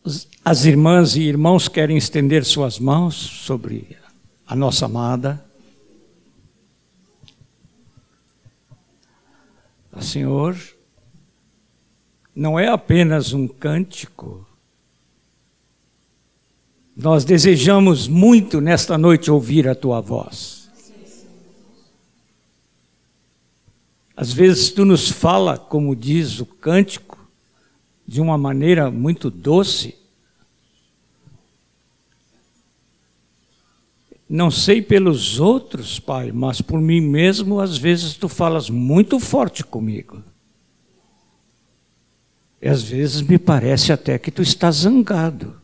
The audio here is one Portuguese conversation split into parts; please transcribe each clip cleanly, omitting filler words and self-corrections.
As irmãs e irmãos querem estender suas mãos sobre a nossa amada. Senhor, não é apenas um cântico. Nós desejamos muito nesta noite ouvir a tua voz. Às vezes tu nos fala, como diz o cântico, de uma maneira muito doce. Não sei pelos outros, Pai, mas por mim mesmo, às vezes tu falas muito forte comigo. E às vezes me parece até que tu estás zangado.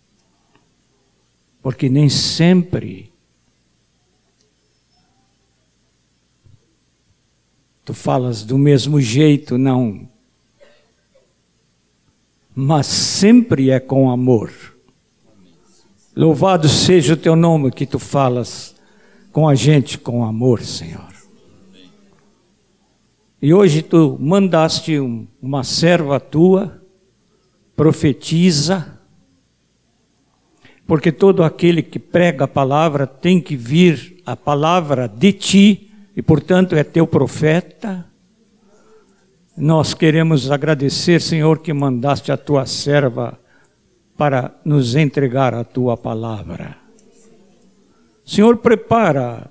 Porque nem sempre tu falas do mesmo jeito, não. Mas sempre é com amor. Louvado seja o teu nome que tu falas com a gente com amor, Senhor. E hoje tu mandaste uma serva tua, profetiza, porque todo aquele que prega a palavra tem que vir a palavra de ti, e portanto é teu profeta. Nós queremos agradecer, Senhor, que mandaste a tua serva para nos entregar a tua palavra. Senhor, prepara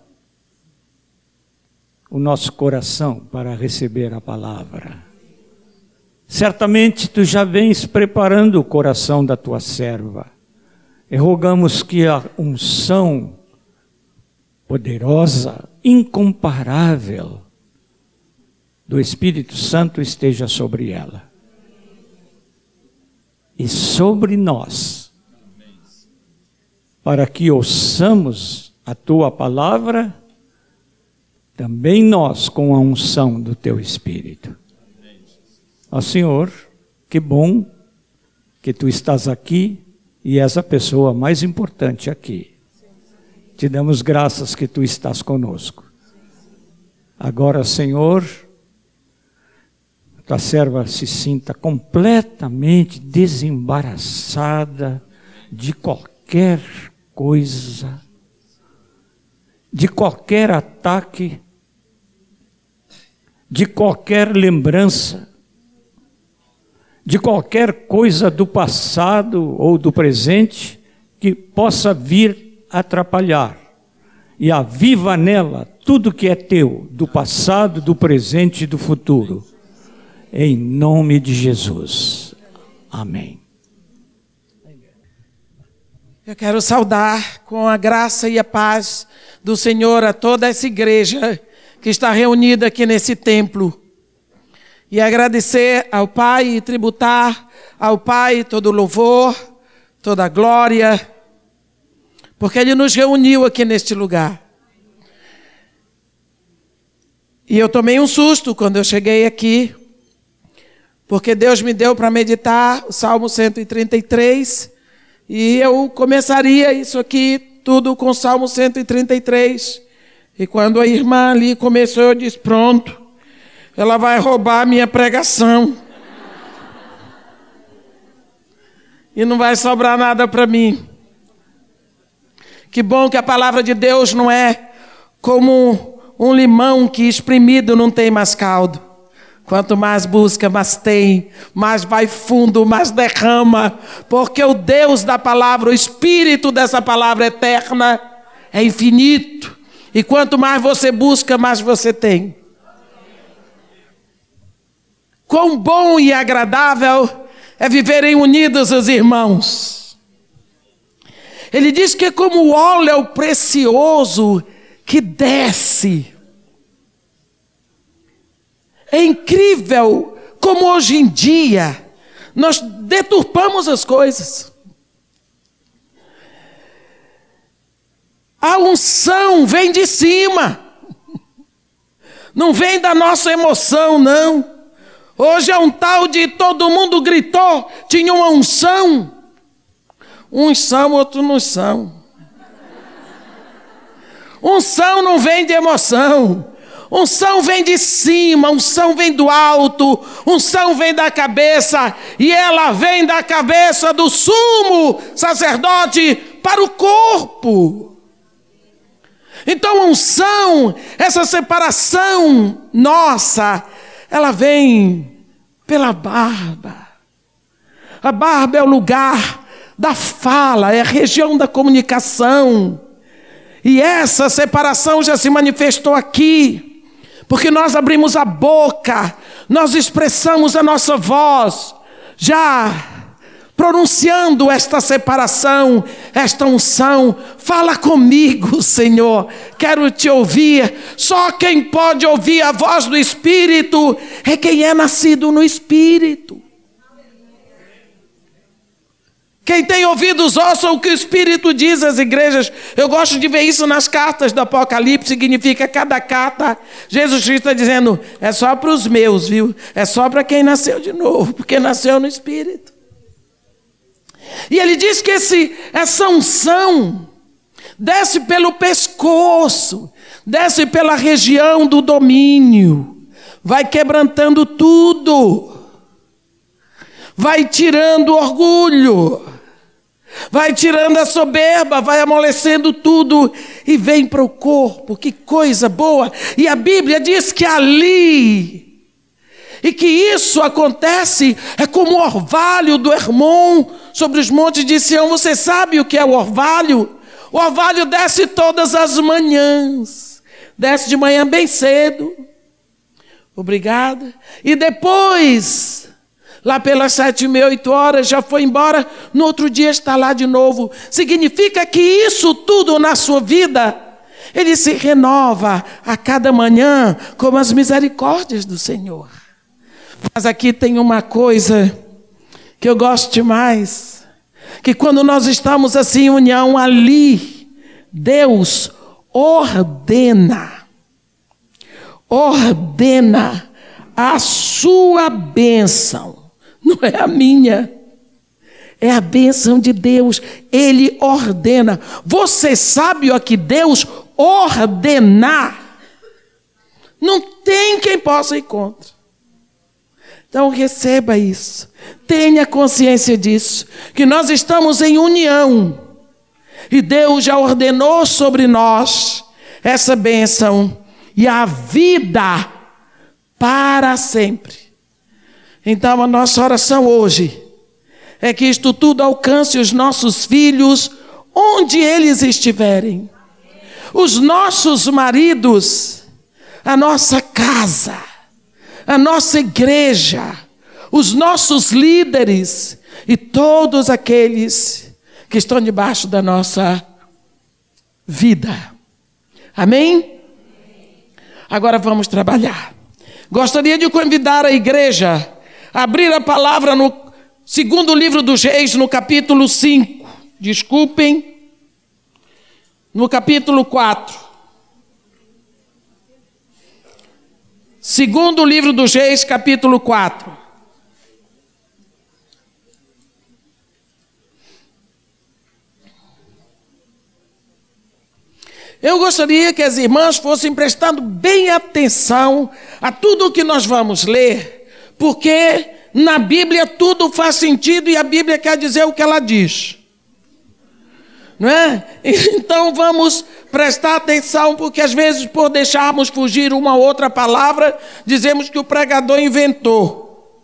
o nosso coração para receber a palavra. Certamente tu já vens preparando o coração da tua serva. E rogamos que a unção poderosa, incomparável do Espírito Santo esteja sobre ela. E sobre nós, para que ouçamos a tua palavra, também nós com a unção do teu Espírito. Ó Senhor, que bom que tu estás aqui e és a pessoa mais importante aqui. Te damos graças que tu estás conosco. Agora, Senhor, tua serva se sinta completamente desembaraçada de qualquer coisa, de qualquer ataque, de qualquer lembrança, de qualquer coisa do passado ou do presente que possa vir atrapalhar. E aviva nela tudo que é teu, do passado, do presente e do futuro. Em nome de Jesus. Amém. Eu quero saudar com a graça e a paz do Senhor a toda essa igreja que está reunida aqui nesse templo. E agradecer ao Pai e tributar ao Pai todo o louvor, toda a glória, porque Ele nos reuniu aqui neste lugar. E eu tomei um susto quando eu cheguei aqui, porque Deus me deu para meditar o Salmo 133, e eu começaria isso aqui tudo com o Salmo 133. E quando a irmã ali começou, eu disse, pronto, ela vai roubar a minha pregação. E não vai sobrar nada para mim. Que bom que a palavra de Deus não é como um limão que espremido não tem mais caldo. Quanto mais busca, mais tem, mais vai fundo, mais derrama, porque o Deus da palavra, o Espírito dessa palavra eterna é infinito, e quanto mais você busca, mais você tem. Quão bom e agradável é viverem unidos os irmãos. Ele diz que é como o óleo precioso que desce. É incrível como hoje em dia nós deturpamos as coisas. A unção vem de cima. Não vem da nossa emoção, não. Hoje é um tal de todo mundo gritou, tinha uma unção. Uns são, outros não são. Unção não vem de emoção. Unção vem de cima, unção vem do alto, unção vem da cabeça, e ela vem da cabeça do sumo sacerdote para o corpo. Então a unção, essa separação nossa, ela vem pela barba. A barba é o lugar da fala, é a região da comunicação. E essa separação já se manifestou aqui, porque nós abrimos a boca, nós expressamos a nossa voz, já pronunciando esta separação, esta unção. Fala comigo, Senhor, quero te ouvir. Só quem pode ouvir a voz do Espírito é quem é nascido no Espírito. Quem tem ouvidos, ouça o que o Espírito diz às igrejas. Eu gosto de ver isso nas cartas do Apocalipse. Significa cada carta, Jesus Cristo está dizendo, é só para os meus, viu? É só para quem nasceu de novo, porque nasceu no Espírito. E ele diz que essa unção desce pelo pescoço, desce pela região do domínio, vai quebrantando tudo, vai tirando o orgulho, vai tirando a soberba, vai amolecendo tudo e vem para o corpo. Que coisa boa! E a Bíblia diz que ali, e que isso acontece, é como o orvalho do Hermon sobre os montes de Sião. Você sabe o que é o orvalho? O orvalho desce todas as manhãs, desce de manhã bem cedo, obrigada, e depois, lá pelas 7h30, 8h, já foi embora, no outro dia está lá de novo. Significa que isso tudo na sua vida, ele se renova a cada manhã, como as misericórdias do Senhor. Mas aqui tem uma coisa que eu gosto demais, que quando nós estamos assim em união ali, Deus ordena a sua bênção. Não é a minha, é a bênção de Deus. Ele ordena. Você sabe o que Deus ordenar? Não tem quem possa ir contra. Então receba isso, tenha consciência disso, que nós estamos em união, e Deus já ordenou sobre nós essa bênção, e a vida para sempre. Então a nossa oração hoje é que isto tudo alcance os nossos filhos, onde eles estiverem, os nossos maridos, a nossa casa, a nossa igreja, os nossos líderes e todos aqueles que estão debaixo da nossa vida. Amém? Agora vamos trabalhar. Gostaria de convidar a igreja a abrir a palavra no segundo livro dos Reis, no capítulo 5. Desculpem, no capítulo 4. Segundo livro dos Reis, capítulo 4. Eu gostaria que as irmãs fossem prestando bem atenção a tudo o que nós vamos ler, porque na Bíblia tudo faz sentido e a Bíblia quer dizer o que ela diz. Não é? Então vamos prestar atenção, porque às vezes, por deixarmos fugir uma ou outra palavra, dizemos que o pregador inventou.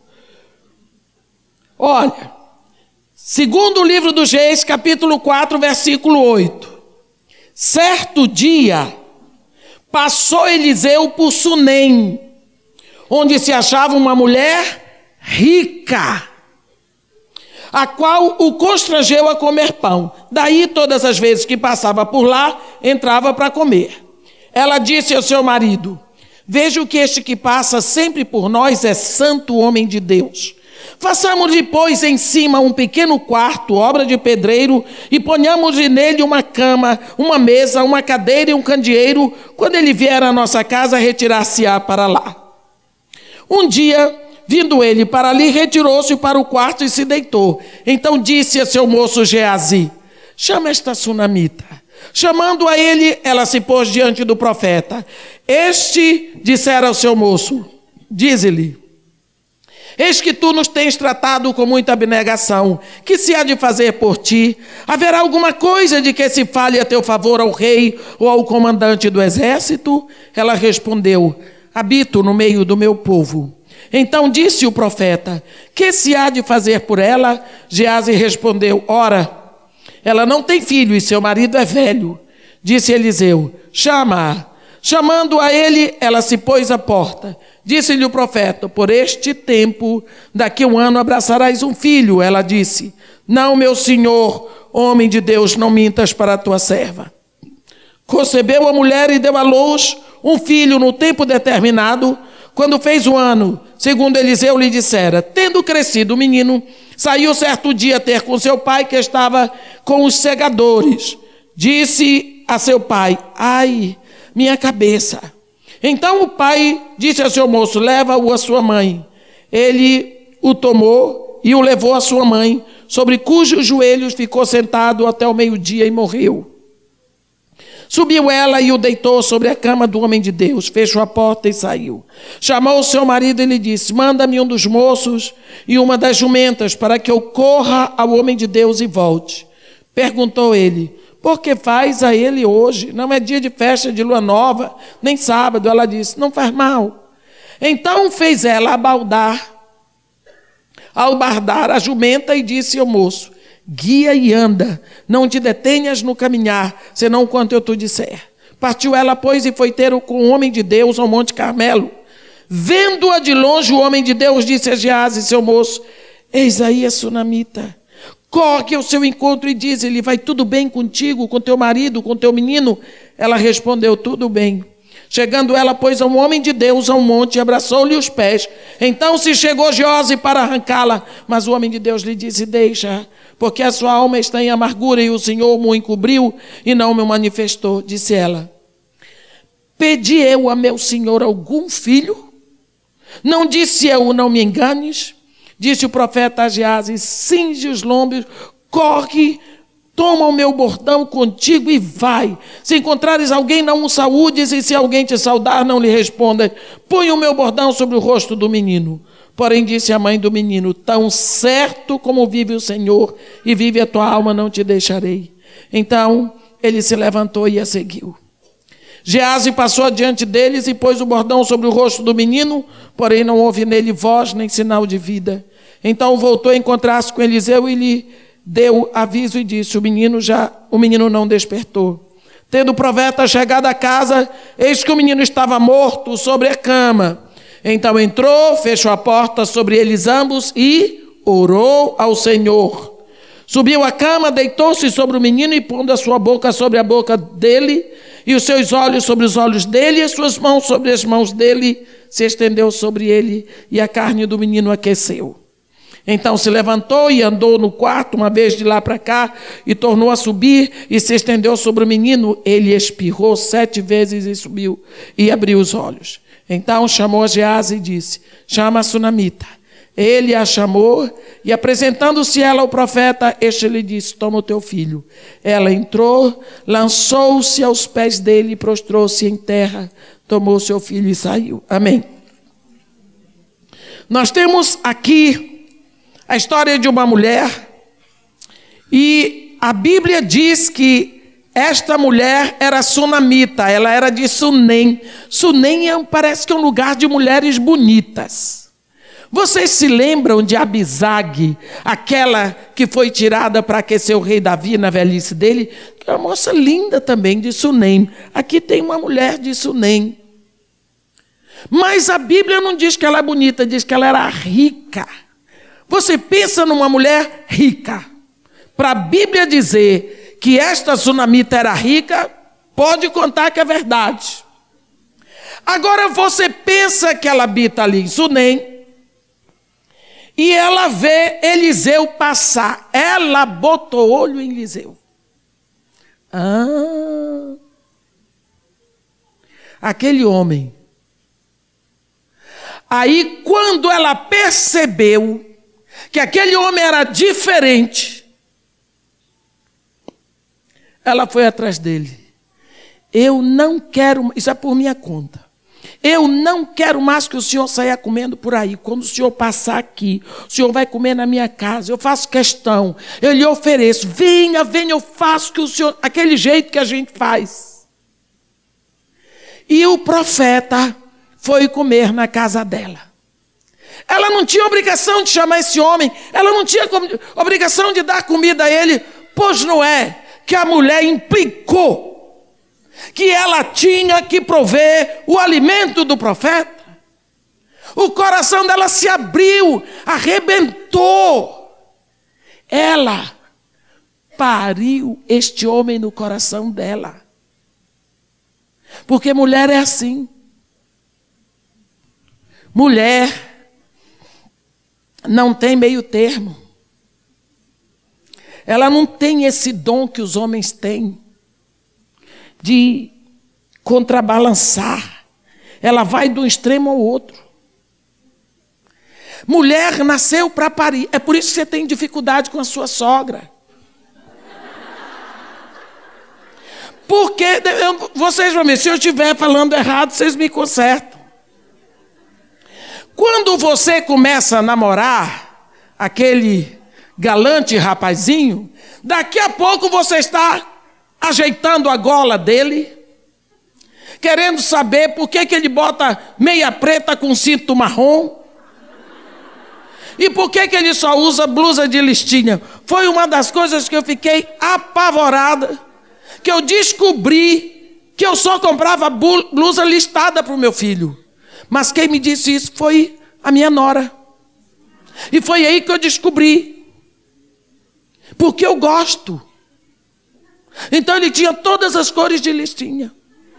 Olha, segundo o livro dos Reis, capítulo 4, versículo 8. Certo dia, passou Eliseu por Sunem, onde se achava uma mulher rica, a qual o constrangeu a comer pão. Daí, todas as vezes que passava por lá, entrava para comer. Ela disse ao seu marido: vejo que este que passa sempre por nós é santo homem de Deus. Façamos-lhe, pois, em cima um pequeno quarto, obra de pedreiro, e ponhamos-lhe nele uma cama, uma mesa, uma cadeira e um candeeiro. Quando ele vier à nossa casa, retirar-se-á para lá. Um dia, vindo ele para ali, retirou-se para o quarto e se deitou. Então disse a seu moço Geazi: chama esta sunamita. Chamando a ele, ela se pôs diante do profeta. Este dissera ao seu moço: dize-lhe, eis que tu nos tens tratado com muita abnegação, que se há de fazer por ti? Haverá alguma coisa de que se fale a teu favor ao rei ou ao comandante do exército? Ela respondeu: habito no meio do meu povo. Então disse o profeta: que se há de fazer por ela? Geazi respondeu: ora, ela não tem filho e seu marido é velho. Disse Eliseu: chama-a. Chamando a ele, ela se pôs à porta. Disse-lhe o profeta: por este tempo, daqui a um ano, abraçarás um filho. Ela disse: não, meu senhor, homem de Deus, não mintas para a tua serva. Concebeu a mulher e deu à luz um filho no tempo determinado, quando fez 1 ano, segundo Eliseu lhe dissera. Tendo crescido o menino, saiu certo dia ter com seu pai, que estava com os segadores. Disse a seu pai: ai, minha cabeça. Então o pai disse a seu moço: leva-o à sua mãe. Ele o tomou e o levou à sua mãe, sobre cujos joelhos ficou sentado até o meio-dia e morreu. Subiu ela e o deitou sobre a cama do homem de Deus, fechou a porta e saiu. Chamou o seu marido e lhe disse: manda-me um dos moços e uma das jumentas, para que eu corra ao homem de Deus e volte. Perguntou ele: por que faz a ele hoje? Não é dia de festa de lua nova, nem sábado. Ela disse: não faz mal. Então fez ela albardar a jumenta e disse ao moço: guia e anda, não te detenhas no caminhar, senão quanto eu te disser. Partiu ela, pois, e foi ter com o homem de Deus ao Monte Carmelo. Vendo-a de longe, o homem de Deus disse a Geazi, seu moço: eis aí a sunamita. Corre ao seu encontro e diz-lhe: vai tudo bem contigo, com teu marido, com teu menino? Ela respondeu: tudo bem. Chegando ela, pois, a um homem de Deus ao monte, abraçou-lhe os pés. Então se chegou Geazi para arrancá-la, mas o homem de Deus lhe disse: deixa, porque a sua alma está em amargura, e o Senhor me encobriu e não me manifestou. Disse ela: pedi eu a meu senhor algum filho? Não disse eu: não me enganes? Disse o profeta a Geazi: cinge os lombos, corre, toma o meu bordão contigo e vai. Se encontrares alguém, não o saúdes, e se alguém te saudar, não lhe responda. Põe o meu bordão sobre o rosto do menino. Porém disse a mãe do menino: tão certo como vive o Senhor e vive a tua alma, não te deixarei. Então ele se levantou e a seguiu. Geazi passou adiante deles e pôs o bordão sobre o rosto do menino, porém não houve nele voz nem sinal de vida. Então voltou a encontrar-se com Eliseu e lhe deu aviso e disse: o menino não despertou. Tendo o profeta chegado à casa, eis que o menino estava morto sobre a cama. Então entrou, fechou a porta sobre eles ambos e orou ao Senhor. Subiu à cama, deitou-se sobre o menino e, pondo a sua boca sobre a boca dele, e os seus olhos sobre os olhos dele, e as suas mãos sobre as mãos dele, se estendeu sobre ele, e a carne do menino aqueceu. Então se levantou e andou no quarto, uma vez de lá para cá, e tornou a subir, e se estendeu sobre o menino. Ele espirrou 7 vezes e subiu, e abriu os olhos. Então chamou a Geazi e disse: chama a sunamita. Ele a chamou, e apresentando-se ela ao profeta, este lhe disse: toma o teu filho. Ela entrou, lançou-se aos pés dele, prostrou-se em terra, tomou seu filho e saiu. Amém. Nós temos aqui a história de uma mulher, e a Bíblia diz que esta mulher era sunamita, ela era de Sunem. Sunem parece que é um lugar de mulheres bonitas. Vocês se lembram de Abisag, aquela que foi tirada para aquecer o rei Davi na velhice dele? Que é uma moça linda também, de Sunem. Aqui tem uma mulher de Sunem. Mas a Bíblia não diz que ela é bonita, diz que ela era rica. Você pensa numa mulher rica. Para a Bíblia dizer que esta sunamita era rica, pode contar que é verdade. Agora você pensa que ela habita ali em Sunem, e ela vê Eliseu passar. Ela botou olho em Eliseu. Aquele homem. Aí quando ela percebeu que aquele homem era diferente, ela foi atrás dele. eu não quero, isso é por minha conta, eu não quero mais que o senhor saia comendo por aí. Quando o senhor passar aqui, o senhor vai comer na minha casa, eu faço questão, eu lhe ofereço, venha, venha, eu faço que o senhor, aquele jeito que a gente faz. E o profeta foi comer na casa dela. Ela não tinha obrigação de chamar esse homem, ela não tinha obrigação de dar comida a ele, pois não é que a mulher implicou que ela tinha que prover o alimento do profeta. O coração dela se abriu, arrebentou. Ela pariu este homem no coração dela. Porque mulher é assim. Mulher não tem meio termo. Ela não tem esse dom que os homens têm de contrabalançar. Ela vai de um extremo ao outro. Mulher nasceu para parir. É por isso que você tem dificuldade com a sua sogra. Porque, vocês vão ver, se eu estiver falando errado, vocês me consertam. Quando você começa a namorar aquele galante rapazinho, daqui a pouco você está ajeitando a gola dele, querendo saber por que ele bota meia preta com cinto marrom, e por que ele só usa blusa de listinha. Foi uma das coisas que eu fiquei apavorada, que eu descobri que eu só comprava blusa listada para o meu filho. Mas quem me disse isso foi a minha nora. E foi aí que eu descobri. Porque eu gosto. Então ele tinha todas as cores de listinha.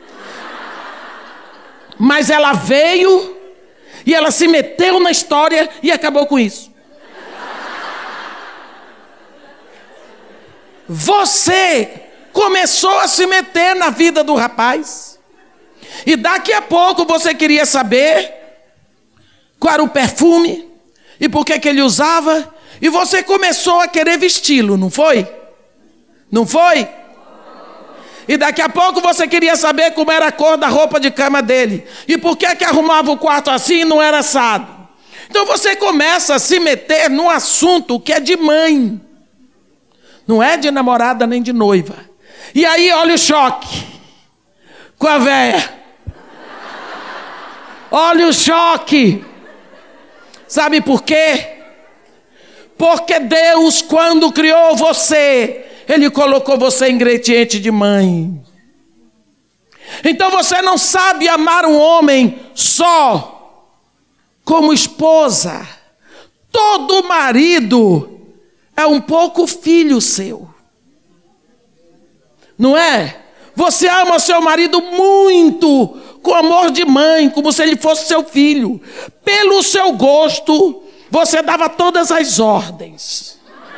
Mas ela veio e ela se meteu na história e acabou com isso. Você começou a se meter na vida do rapaz. E daqui a pouco você queria saber qual era o perfume e por que ele usava. E você começou a querer vesti-lo, não foi? Não foi? E daqui a pouco você queria saber como era a cor da roupa de cama dele. E por que arrumava o quarto assim e não era assado. Então você começa a se meter num assunto que é de mãe. Não é de namorada nem de noiva. E aí olha o choque com a véia. Olha o choque. Sabe por quê? Porque Deus, quando criou você, Ele colocou você ingrediente de mãe. Então você não sabe amar um homem só como esposa. Todo marido é um pouco filho seu. Não é? Você ama seu marido muito, com amor de mãe, como se ele fosse seu filho. Pelo seu gosto, você dava todas as ordens.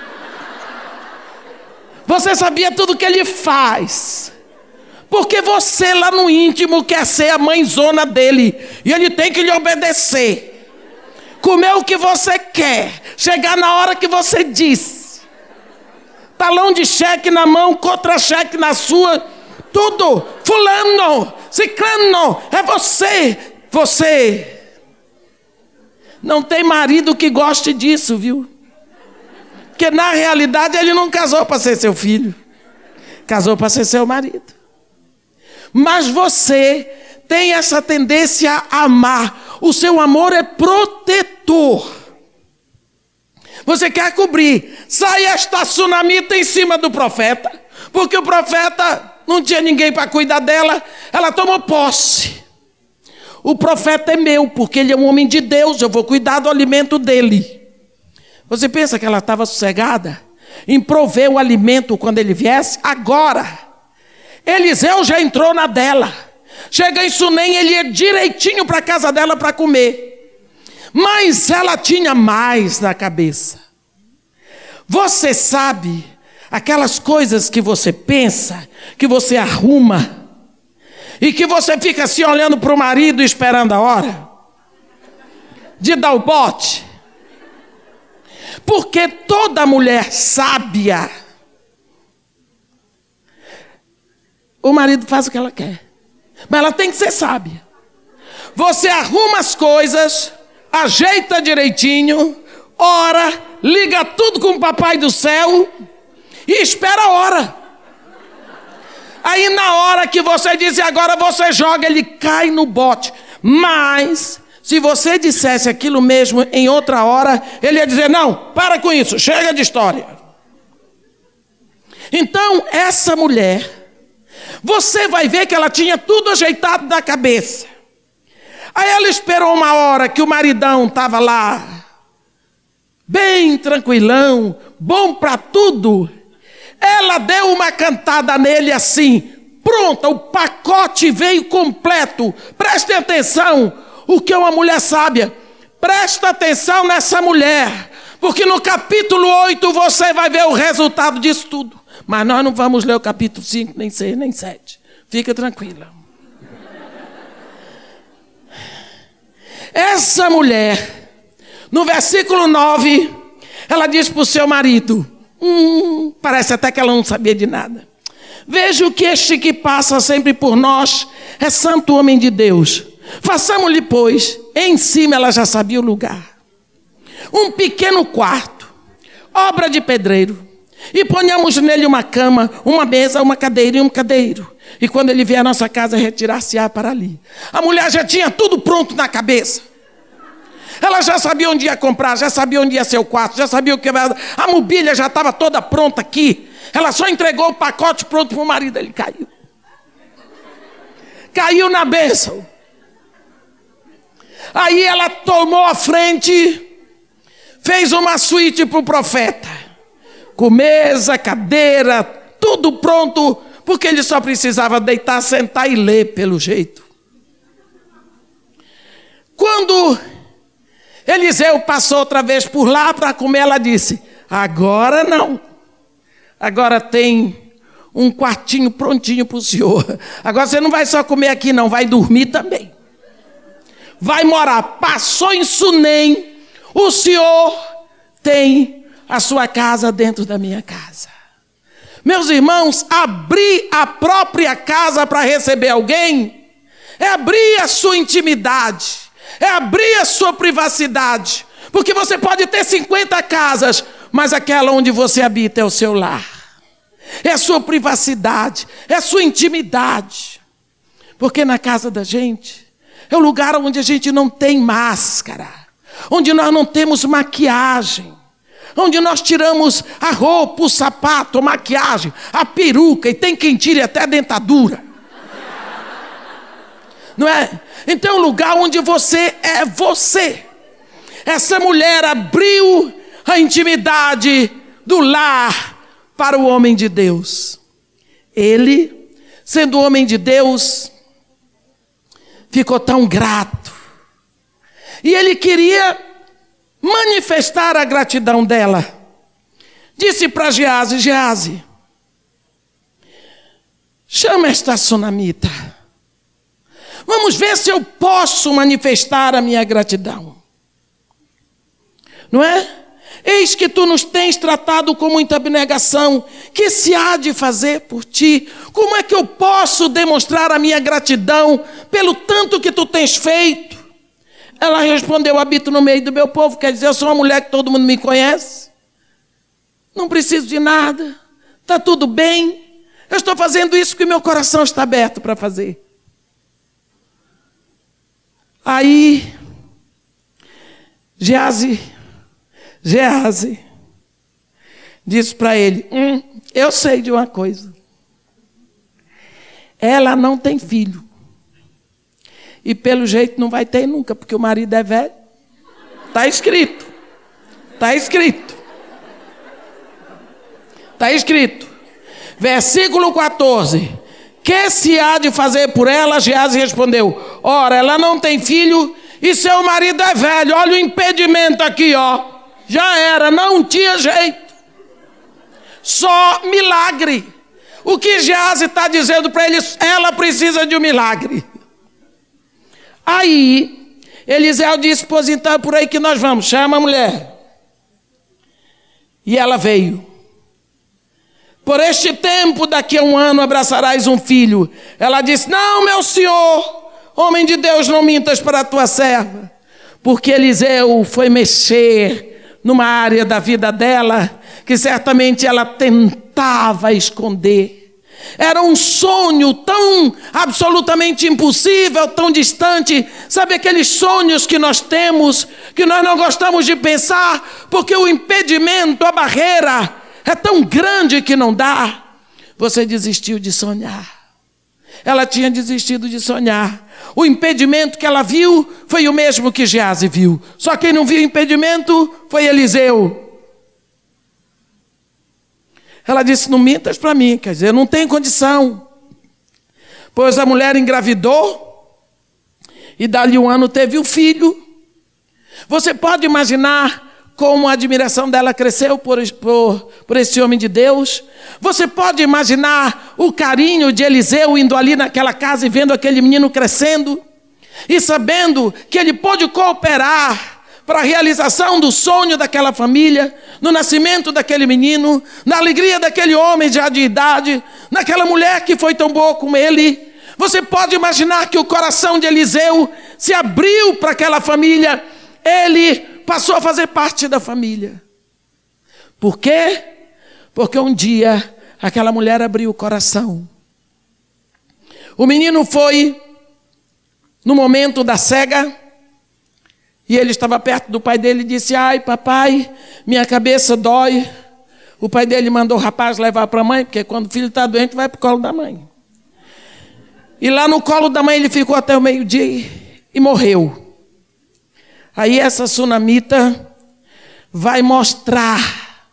Você sabia tudo que ele faz. Porque você lá no íntimo quer ser a mãezona dele. E ele tem que lhe obedecer. Comer o que você quer. Chegar na hora que você diz. Talão de cheque na mão, contra-cheque na sua. Tudo. Fulano, ciclano, é você. Você. Não tem marido que goste disso, viu? Porque na realidade ele não casou para ser seu filho. Casou para ser seu marido. Mas você tem essa tendência a amar. O seu amor é protetor. Você quer cobrir. Sai esta tsunamita em cima do profeta. Porque o profeta não tinha ninguém para cuidar dela. Ela tomou posse. O profeta é meu, porque ele é um homem de Deus. Eu vou cuidar do alimento dele. Você pensa que ela estava sossegada em prover o alimento quando ele viesse? Agora, Eliseu já entrou na dela. Chega em Sunem, ele ia direitinho para a casa dela para comer. Mas ela tinha mais na cabeça. Você sabe, aquelas coisas que você pensa, que você arruma, e que você fica assim olhando para o marido esperando a hora de dar o bote. Porque toda mulher sábia, o marido faz o que ela quer. Mas ela tem que ser sábia. Você arruma as coisas, ajeita direitinho, ora, liga tudo com o papai do céu e espera a hora. Aí na hora que você diz, agora você joga, ele cai no bote. Mas se você dissesse aquilo mesmo em outra hora, ele ia dizer, não, para com isso, chega de história. Então essa mulher, você vai ver que ela tinha tudo ajeitado na cabeça. Aí ela esperou uma hora que o maridão estava lá, bem tranquilão, bom para tudo. Ela deu uma cantada nele assim, pronta, o pacote veio completo. Prestem atenção, o que é uma mulher sábia. Presta atenção nessa mulher, porque no capítulo 8 você vai ver o resultado disso tudo. Mas nós não vamos ler o capítulo 5, nem 6, nem 7. Fica tranquila. Essa mulher, no versículo 9, ela diz para o seu marido, parece até que ela não sabia de nada. Veja que este que passa sempre por nós é santo homem de Deus. Façamos-lhe, pois, em cima ela já sabia o lugar, um pequeno quarto, obra de pedreiro, e ponhamos nele uma cama, uma mesa, uma cadeira e um cadeiro. E quando ele vier à nossa casa, retirar-se-á para ali. A mulher já tinha tudo pronto na cabeça. Ela já sabia onde ia comprar, já sabia onde ia ser o quarto, já sabia o que... A mobília já estava toda pronta aqui. Ela só entregou o pacote pronto para o marido, ele caiu. Caiu na bênção. Aí ela tomou a frente, fez uma suíte para o profeta. Com mesa, cadeira, tudo pronto, porque ele só precisava deitar, sentar e ler pelo jeito. Quando Eliseu passou outra vez por lá para comer, ela disse, agora não. Agora tem um quartinho prontinho para o senhor. Agora você não vai só comer aqui não, vai dormir também. Vai morar. Passou em Sunem, o senhor tem a sua casa dentro da minha casa. Meus irmãos, abrir a própria casa para receber alguém é abrir a sua intimidade, é abrir a sua privacidade, porque você pode ter 50 casas, mas aquela onde você habita é o seu lar, é a sua privacidade, é a sua intimidade, porque na casa da gente é o lugar onde a gente não tem máscara, onde nós não temos maquiagem, onde nós tiramos a roupa, o sapato, a maquiagem, a peruca, e tem quem tire até a dentadura. Não é? Então é um lugar onde você é você. Essa mulher abriu a intimidade do lar para o homem de Deus. Ele, sendo homem de Deus, ficou tão grato. E ele queria manifestar a gratidão dela. Disse para Geazi, Geazi, chama esta sunamita. Vamos ver se eu posso manifestar a minha gratidão. Não é? Eis que tu nos tens tratado com muita abnegação. Que se há de fazer por ti? Como é que eu posso demonstrar a minha gratidão pelo tanto que tu tens feito? Ela respondeu, habito no meio do meu povo, quer dizer, eu sou uma mulher que todo mundo me conhece. Não preciso de nada. Está tudo bem. Eu estou fazendo isso porque meu coração está aberto para fazer. Aí, Geazi disse para ele, eu sei de uma coisa. Ela não tem filho. E pelo jeito não vai ter nunca, porque o marido é velho. Está escrito. Está escrito. Está escrito. Versículo 14. Que se há de fazer por ela? Geazi respondeu, ora, ela não tem filho e seu marido é velho. Olha o impedimento aqui, ó. Já era, não tinha jeito. Só milagre. O que Geazi está dizendo para eles? Ela precisa de um milagre. Aí, Eliseu disse, pois então é por aí que nós vamos, chama a mulher. E ela veio. por este tempo, daqui a 1 ano, abraçarás um filho. Ela disse: não, meu senhor, homem de Deus, não mintas para a tua serva. Porque Eliseu foi mexer numa área da vida dela que certamente ela tentava esconder. Era um sonho tão absolutamente impossível, tão distante. Sabe aqueles sonhos que nós temos, que nós não gostamos de pensar, porque o impedimento, a barreira é tão grande que não dá. Você desistiu de sonhar. Ela tinha desistido de sonhar. O impedimento que ela viu foi o mesmo que Geazi viu. Só quem não viu impedimento foi Eliseu. Ela disse: não mintas para mim, quer dizer, não tem condição. Pois a mulher engravidou e dali 1 ano teve um filho. Você pode imaginar como a admiração dela cresceu por esse homem de Deus? Você pode imaginar o carinho de Eliseu indo ali naquela casa e vendo aquele menino crescendo e sabendo que ele pôde cooperar para a realização do sonho daquela família, no nascimento daquele menino, na alegria daquele homem já de idade, naquela mulher que foi tão boa com ele. Você pode imaginar que o coração de Eliseu se abriu para aquela família. Ele passou a fazer parte da família. Por quê? Porque um dia aquela mulher abriu o coração. O menino foi no momento da cega, e ele estava perto do pai dele e disse: ai, papai, minha cabeça dói. O pai dele mandou o rapaz levar para a mãe, porque quando o filho está doente, vai para o colo da mãe. E lá no colo da mãe ele ficou até o meio-dia e morreu. Aí essa sunamita vai mostrar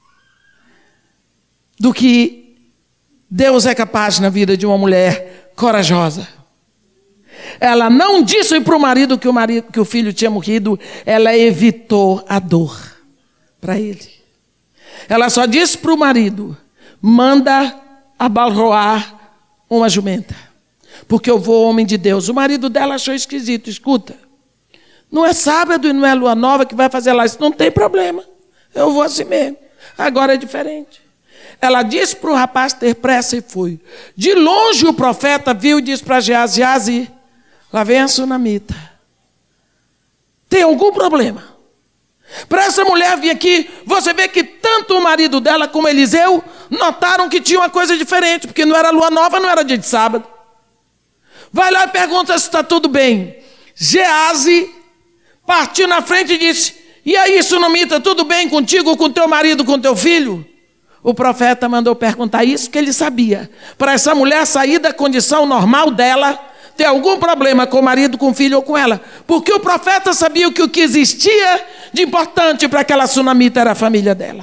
do que Deus é capaz na vida de uma mulher corajosa. Ela não disse para o marido que o filho tinha morrido, ela evitou a dor para ele. Ela só disse para o marido: manda abalroar uma jumenta, porque eu vou, homem de Deus. O marido dela achou esquisito. Escuta, não é sábado e não é lua nova que vai fazer lá isso, não tem problema, eu vou assim mesmo. Agora é diferente. Ela disse para o rapaz ter pressa e foi. De longe o profeta viu e disse para Geazi: Geazi, lá vem a sunamita. Tem algum problema? Para essa mulher vir aqui, você vê que tanto o marido dela como Eliseu notaram que tinha uma coisa diferente, porque não era lua nova, não era dia de sábado. Vai lá e pergunta se está tudo bem. Geazi partiu na frente e disse: e aí, sunamita, tudo bem contigo, com teu marido, com teu filho? O profeta mandou perguntar isso, que ele sabia. Para essa mulher sair da condição normal dela, ter algum problema com o marido, com o filho ou com ela. Porque o profeta sabia que o que existia de importante para aquela sunamita era a família dela.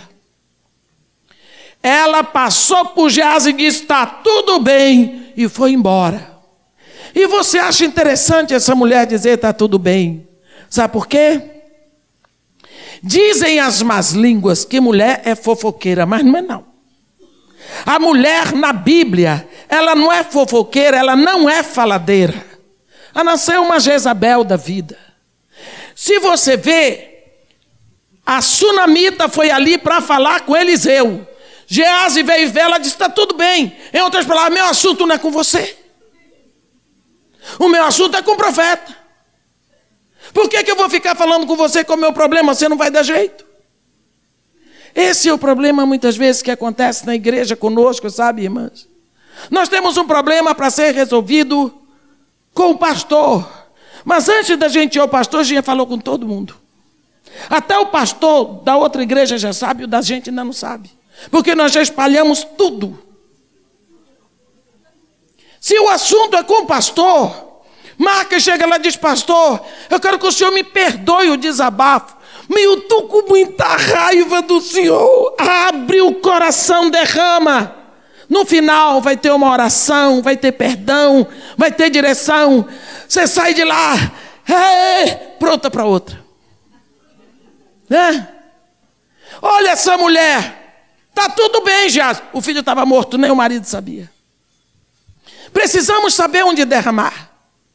Ela passou por Geazi e disse: está tudo bem, e foi embora. E você acha interessante essa mulher dizer: está tudo bem? Sabe por quê? Dizem as más línguas que mulher é fofoqueira, mas não é não. A mulher na Bíblia, ela não é fofoqueira, ela não é faladeira. A não ser uma Jezabel da vida. Se você vê, a sunamita foi ali para falar com Eliseu. Geazi veio ver, ela disse: está tudo bem. Em outras palavras, meu assunto não é com você. O meu assunto é com o profeta. Por que eu vou ficar falando com você com o meu problema? Você não vai dar jeito. Esse é o problema muitas vezes que acontece na igreja conosco, sabe, irmãs? Nós temos um problema para ser resolvido com o pastor. Mas antes da gente ir ao pastor, a gente já falou com todo mundo. Até o pastor da outra igreja já sabe, o da gente ainda não sabe. Porque nós já espalhamos tudo. Se o assunto é com o pastor, marca, chega lá e diz: pastor, eu quero que o senhor me perdoe o desabafo. Eu estou com muita raiva do senhor. Abre o coração, derrama. No final vai ter uma oração, vai ter perdão, vai ter direção. Você sai de lá, pronta para outra. Né? Olha essa mulher, está tudo bem já. O filho estava morto, nem o marido sabia. Precisamos saber onde derramar.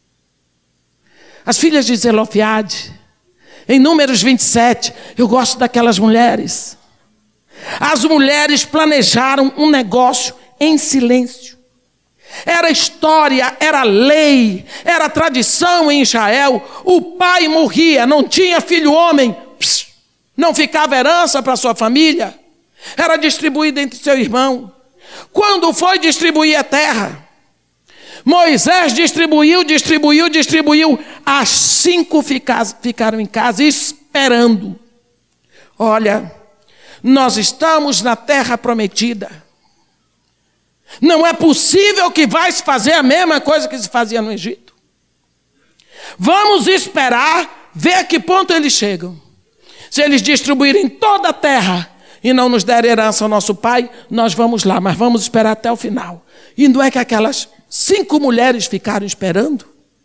As filhas de Zelofeade, em Números 27, eu gosto daquelas mulheres. As mulheres planejaram um negócio em silêncio. Era história, era lei, era tradição em Israel. O pai morria, não tinha filho homem, não ficava herança para sua família. Era distribuída entre seu irmão. Quando foi distribuir a terra, Moisés distribuiu. As 5 ficaram em casa esperando. Olha, nós estamos na terra prometida. Não é possível que vai se fazer a mesma coisa que se fazia no Egito. Vamos esperar, ver a que ponto eles chegam. Se eles distribuírem toda a terra e não nos derem herança ao nosso pai, nós vamos lá, mas vamos esperar até o final. E não é que aquelas 5 mulheres ficaram esperando?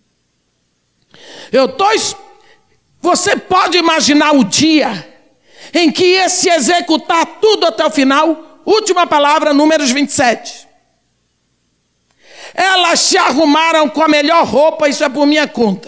Você pode imaginar o dia em que ia se executar tudo até o final? Última palavra, Números 27. Elas se arrumaram com a melhor roupa, isso é por minha conta.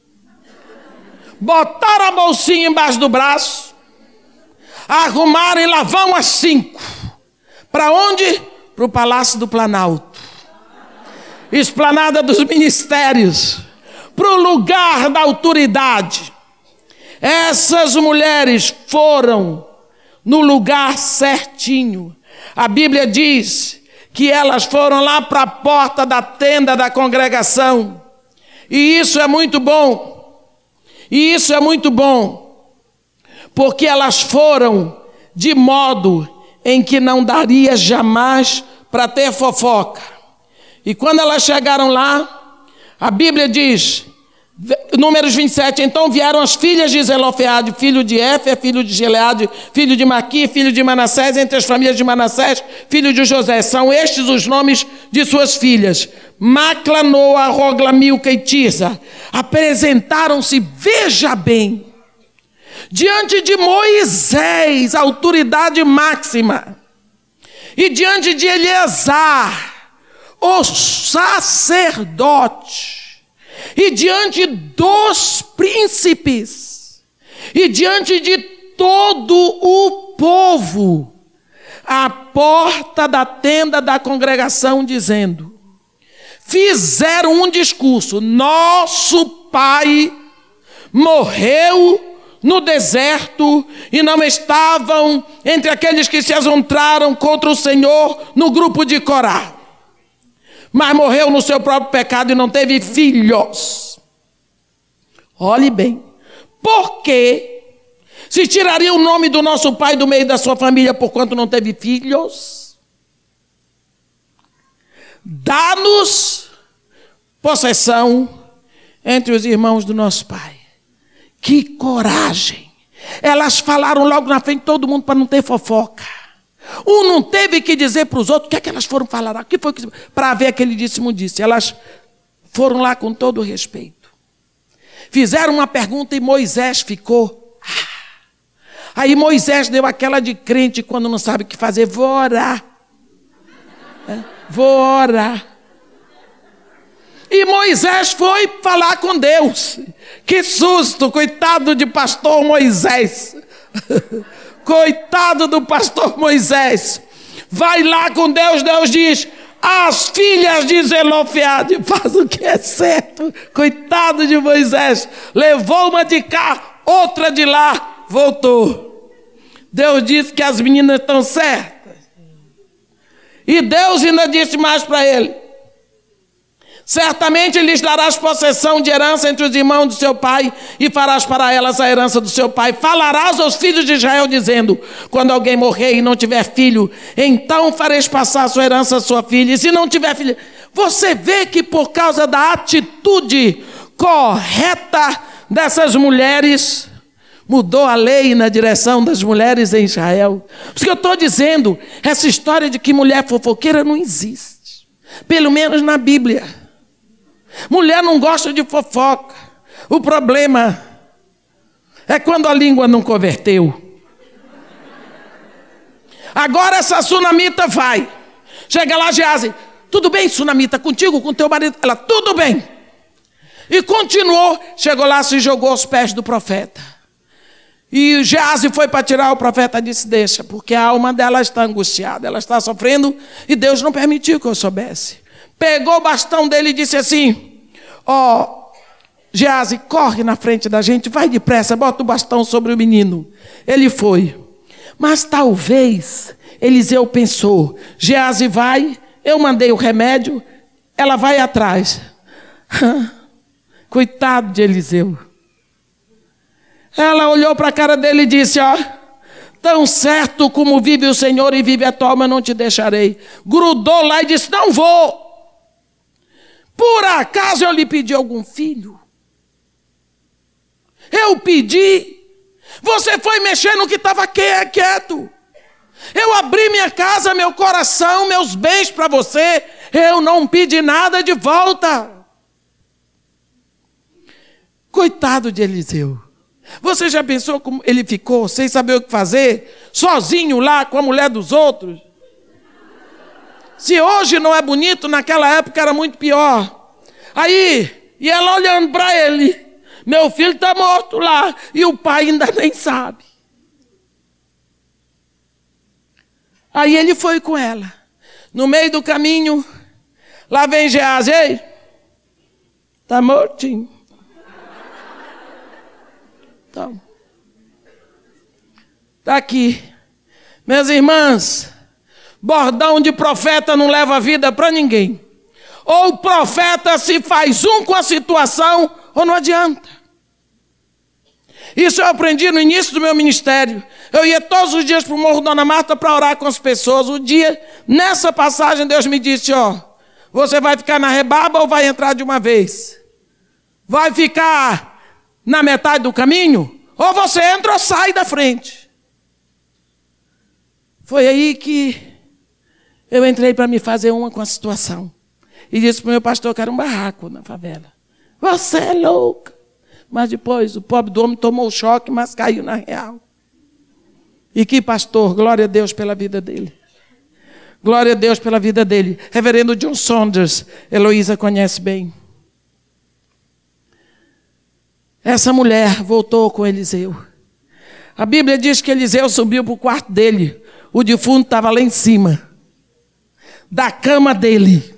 Botaram a bolsinha embaixo do braço, arrumaram e lá vão as 5. Para onde? Para o Palácio do Planalto. Esplanada dos Ministérios. Para o lugar da autoridade. Essas mulheres foram no lugar certinho. A Bíblia diz que elas foram lá para a porta da tenda da congregação. E isso é muito bom. Porque elas foram de modo em que não daria jamais para ter fofoca. E quando elas chegaram lá, a Bíblia diz, Números 27, então vieram as filhas de Zelofeade, filho de Éfer, filho de Gileade, filho de Maqui, filho de Manassés, entre as famílias de Manassés, filho de José. São estes os nomes de suas filhas: Macla, Noa, Rogla, Milca e Tirza. Apresentaram-se, veja bem, diante de Moisés, a autoridade máxima, e diante de Eleazar, o sacerdote, e diante dos príncipes, e diante de todo o povo, à porta da tenda da congregação, dizendo, fizeram um discurso: nosso pai morreu no deserto, e não estavam entre aqueles que se ajuntaram contra o Senhor no grupo de Corá, mas morreu no seu próprio pecado e não teve filhos. Olhe bem, por que se tiraria o nome do nosso pai do meio da sua família porquanto não teve filhos? Dá-nos possessão entre os irmãos do nosso pai. Que coragem! Elas falaram logo na frente de todo mundo para não ter fofoca. Um não teve que dizer para os outros o que é que elas foram falar. O que foi que... Para ver aquele disse. Elas foram lá com todo o respeito. Fizeram uma pergunta e Moisés ficou. Aí Moisés deu aquela de crente quando não sabe o que fazer. Vou orar. Vou orar. E Moisés foi falar com Deus. Que susto, coitado de pastor Moisés. Coitado do pastor Moisés. Vai lá com Deus, Deus diz, as filhas de Zelofeade, faz o que é certo. Coitado de Moisés. Levou uma de cá, outra de lá, voltou. Deus disse que as meninas estão certas. E Deus ainda disse mais para ele: certamente lhes darás possessão de herança entre os irmãos do seu pai, e farás para elas a herança do seu pai. Falarás aos filhos de Israel, dizendo: quando alguém morrer e não tiver filho, então fareis passar a sua herança à sua filha. E se não tiver filho... Você vê que por causa da atitude correta dessas mulheres, mudou a lei na direção das mulheres em Israel. Por isso que eu estou dizendo, essa história de que mulher fofoqueira não existe. Pelo menos na Bíblia. Mulher não gosta de fofoca. O problema é quando a língua não converteu. Agora essa sunamita vai. Chega lá, Geazi: tudo bem, sunamita, contigo, com teu marido? Ela: tudo bem. E continuou. Chegou lá, se jogou aos pés do profeta. E Geazi foi para tirar o profeta, disse: deixa, porque a alma dela está angustiada, ela está sofrendo e Deus não permitiu que eu soubesse. Pegou o bastão dele e disse assim: Geazi, corre na frente da gente, vai depressa, bota o bastão sobre o menino. Ele foi. Mas talvez Eliseu pensou: Geazi vai, eu mandei o remédio, ela vai atrás. Coitado de Eliseu. Ela olhou para a cara dele e disse: tão certo como vive o Senhor e vive a tua alma, eu não te deixarei. Grudou lá e disse: não vou. Por acaso eu lhe pedi algum filho? Eu pedi. Você foi mexer no que estava quieto. Eu abri minha casa, meu coração, meus bens para você. Eu não pedi nada de volta. Coitado de Eliseu. Você já pensou como ele ficou, sem saber o que fazer, sozinho lá com a mulher dos outros? Se hoje não é bonito, naquela época era muito pior. Aí, e ela olhando para ele: meu filho está morto lá, e o pai ainda nem sabe. Aí ele foi com ela. No meio do caminho, lá vem Geazi: ei, está mortinho. Então, está aqui. Minhas irmãs, bordão de profeta não leva vida para ninguém. Ou o profeta se faz um com a situação, ou não adianta. Isso eu aprendi no início do meu ministério. Eu ia todos os dias para o Morro Dona Marta para orar com as pessoas. Um dia, nessa passagem, Deus me disse: você vai ficar na rebarba ou vai entrar de uma vez? Vai ficar na metade do caminho? Ou você entra ou sai da frente? Foi aí que eu entrei para me fazer uma com a situação. E disse para o meu pastor que era um barraco na favela: você é louca. Mas depois o pobre do homem tomou o choque, mas caiu na real. E que pastor, glória a Deus pela vida dele. Glória a Deus pela vida dele. Reverendo John Saunders, Heloísa conhece bem. Essa mulher voltou com Eliseu. A Bíblia diz que Eliseu subiu para o quarto dele. O defunto estava lá em cima da cama dele.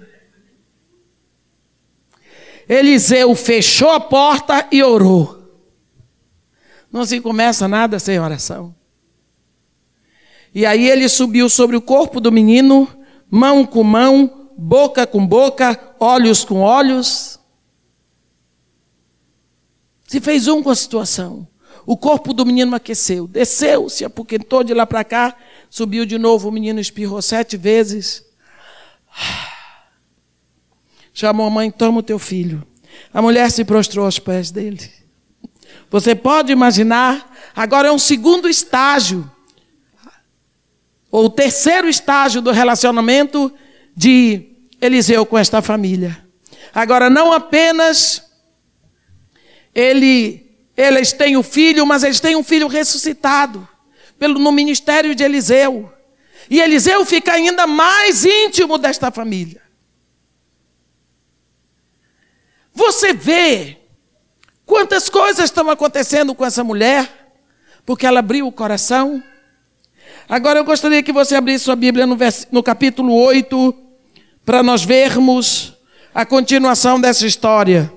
Eliseu fechou a porta e orou. Não se começa nada sem oração. E aí ele subiu sobre o corpo do menino, mão com mão, boca com boca, olhos com olhos. Se fez um com a situação. O corpo do menino aqueceu, desceu, se apoquentou de lá para cá, subiu de novo, o menino espirrou 7 vezes. Chamou a mãe: toma o teu filho. A mulher se prostrou aos pés dele. Você pode imaginar, agora é um segundo estágio, ou o terceiro estágio do relacionamento de Eliseu com esta família. Agora, não apenas eles têm o filho, mas eles têm um filho ressuscitado no ministério de Eliseu. E Eliseu fica ainda mais íntimo desta família. Você vê quantas coisas estão acontecendo com essa mulher, porque ela abriu o coração. Agora eu gostaria que você abrisse sua Bíblia no capítulo 8, para nós vermos a continuação dessa história.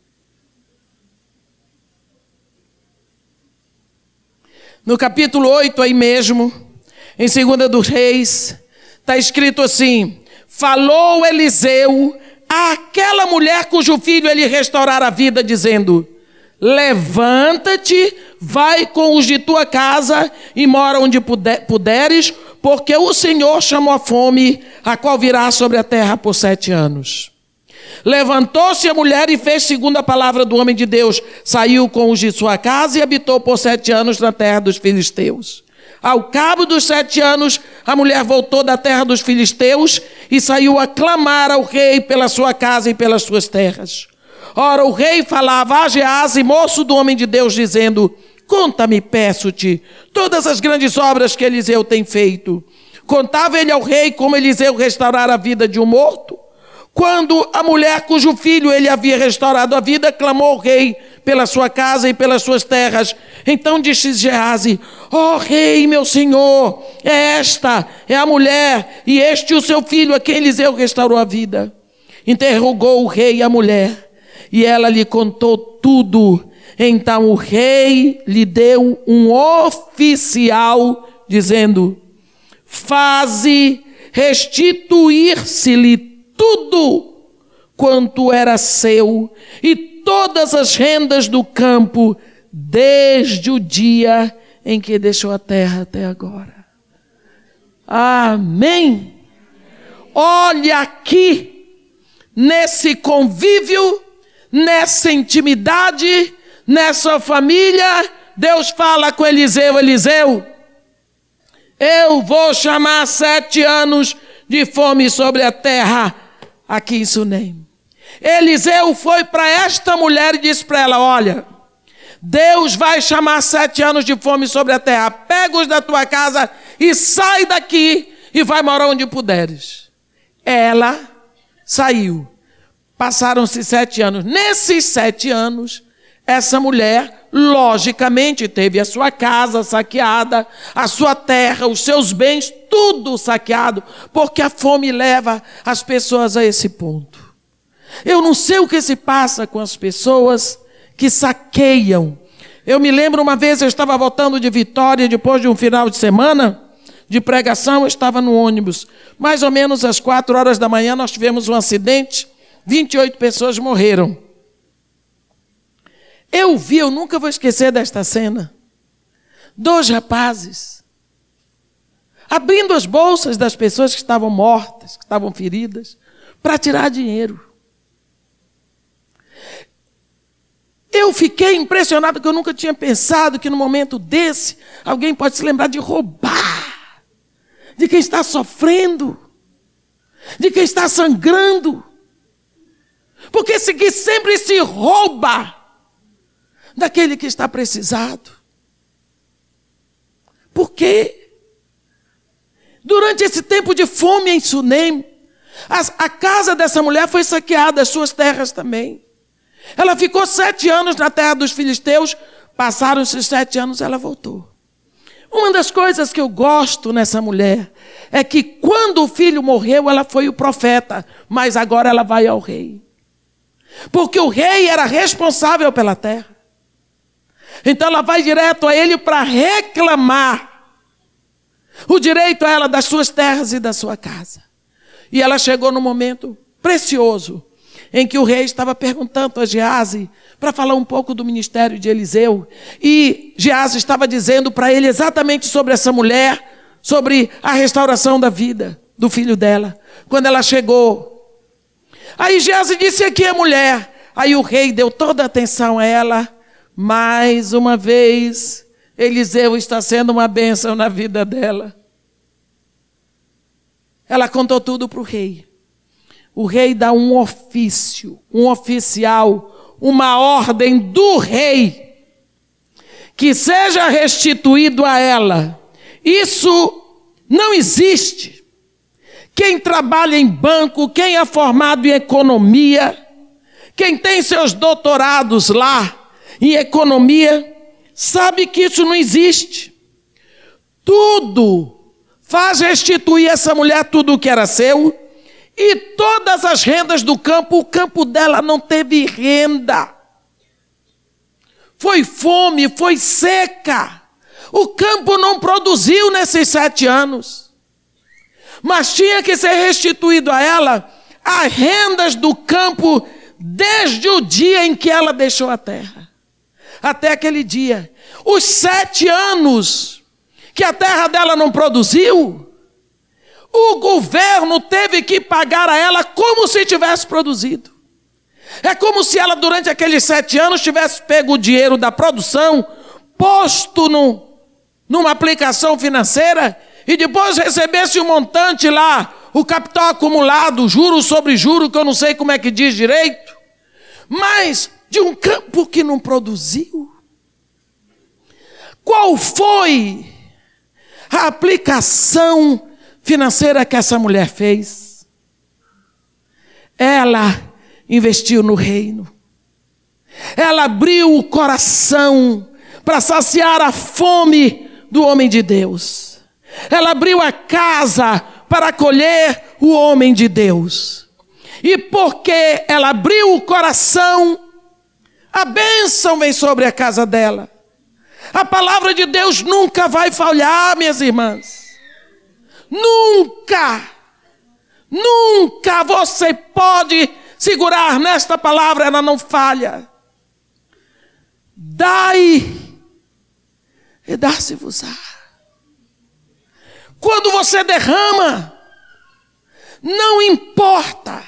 No capítulo 8 aí mesmo, em 2 dos Reis, está escrito assim: falou Eliseu àquela mulher cujo filho ele restaurara a vida, dizendo: levanta-te, vai com os de tua casa e mora onde puderes, porque o Senhor chamou a fome, a qual virá sobre a terra por 7 anos. Levantou-se a mulher e fez segundo a palavra do homem de Deus. Saiu com os de sua casa e habitou por 7 anos na terra dos filisteus. Ao cabo dos 7 anos, a mulher voltou da terra dos filisteus e saiu a clamar ao rei pela sua casa e pelas suas terras. Ora, o rei falava a Geazi, moço do homem de Deus, dizendo: conta-me, peço-te, todas as grandes obras que Eliseu tem feito. Contava ele ao rei como Eliseu restaurara a vida de um morto, Quando a mulher cujo filho ele havia restaurado a vida, clamou ao rei pela sua casa e pelas suas terras. Então disse Geazi: ó rei, meu senhor, esta é a mulher, e este o seu filho, a quem Eliseu restaurou a vida. Interrogou o rei a mulher, e ela lhe contou tudo. Então o rei lhe deu um oficial, dizendo: faze restituir-se-lhe tudo quanto era seu, e todas as rendas do campo, desde o dia em que deixou a terra até agora. Amém? Olha aqui, nesse convívio, nessa intimidade, nessa família, Deus fala com Eliseu: Eliseu, eu vou chamar 7 anos de fome sobre a terra aqui em Sunem. Eliseu foi para esta mulher e disse para ela: olha, Deus vai chamar 7 anos de fome sobre a terra. Pega os da tua casa e sai daqui e vai morar onde puderes. Ela saiu. Passaram-se 7 anos. Nesses 7 anos, essa mulher, logicamente, teve a sua casa saqueada, a sua terra, os seus bens, tudo saqueado, porque a fome leva as pessoas a esse ponto. Eu não sei o que se passa com as pessoas que saqueiam. Eu me lembro uma vez, eu estava voltando de Vitória, depois de um final de semana de pregação, eu estava no ônibus. Mais ou menos às 4 horas da manhã, nós tivemos um acidente, 28 pessoas morreram. Eu nunca vou esquecer desta cena. 2 rapazes abrindo as bolsas das pessoas que estavam mortas, que estavam feridas, para tirar dinheiro. Eu fiquei impressionado, porque eu nunca tinha pensado que no momento desse, alguém pode se lembrar de roubar, de quem está sofrendo, de quem está sangrando. Porque sempre se rouba daquele que está precisado. Por quê? Durante esse tempo de fome em Sunem, a casa dessa mulher foi saqueada, as suas terras também. Ela ficou 7 anos na terra dos filisteus, passaram-se 7 anos, ela voltou. Uma das coisas que eu gosto nessa mulher é que quando o filho morreu, ela foi o profeta, mas agora ela vai ao rei. Porque o rei era responsável pela terra. Então ela vai direto a ele para reclamar o direito a ela das suas terras e da sua casa. E ela chegou num momento precioso, em que o rei estava perguntando a Geazi para falar um pouco do ministério de Eliseu. E Geazi estava dizendo para ele exatamente sobre essa mulher, sobre a restauração da vida do filho dela. Quando ela chegou, aí Geazi disse: aqui a mulher. Aí o rei deu toda a atenção a ela. Mais uma vez, Eliseu está sendo uma bênção na vida dela. Ela contou tudo para o rei. O rei dá um ofício, um oficial, uma ordem do rei, que seja restituído a ela. Isso não existe. Quem trabalha em banco, quem é formado em economia, quem tem seus doutorados lá em economia, sabe que isso não existe. Tudo faz restituir essa mulher tudo o que era seu, e todas as rendas do campo. O campo dela não teve renda. Foi fome, foi seca. O campo não produziu nesses 7 anos. Mas tinha que ser restituído a ela as rendas do campo desde o dia em que ela deixou a terra. Até aquele dia. Os 7 anos que a terra dela não produziu, o governo teve que pagar a ela como se tivesse produzido. É como se ela, durante aqueles 7 anos, tivesse pego o dinheiro da produção, posto numa aplicação financeira, e depois recebesse um montante lá, o capital acumulado, juro sobre juro, que eu não sei como é que diz direito, mas de um campo que não produziu. Qual foi a aplicação financeira que essa mulher fez? ela investiu no reino. Ela abriu o coração para saciar a fome do homem de Deus. Ela abriu a casa para acolher o homem de Deus. E porque ela abriu o coração, a bênção vem sobre a casa dela. A palavra de Deus nunca vai falhar, minhas irmãs. Nunca. Nunca você pode segurar nesta palavra, ela não falha. Dai e dar-se-vos-á. Quando você derrama, não importa.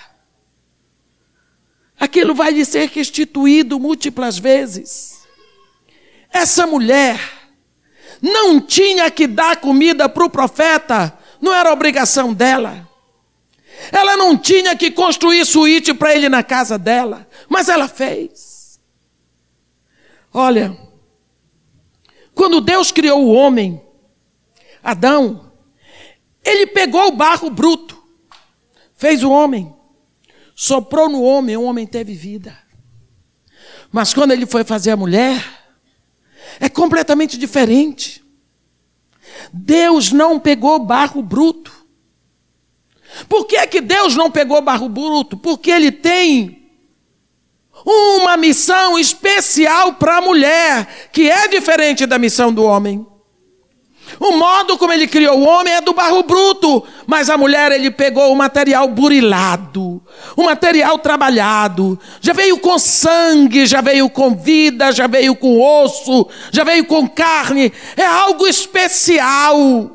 Aquilo vai lhe ser restituído múltiplas vezes. Essa mulher não tinha que dar comida para o profeta, não era obrigação dela. Ela não tinha que construir suíte para ele na casa dela, mas ela fez. Olha, quando Deus criou o homem, Adão, ele pegou o barro bruto, fez o homem, soprou no homem, o homem teve vida. Mas quando ele foi fazer a mulher, é completamente diferente. Deus não pegou barro bruto. Por que é que Deus não pegou barro bruto? Porque Ele tem uma missão especial para a mulher, que é diferente da missão do homem. O modo como Ele criou o homem é do barro bruto, mas a mulher Ele pegou o material burilado, o material trabalhado, já veio com sangue, já veio com vida, já veio com osso, já veio com carne, é algo especial.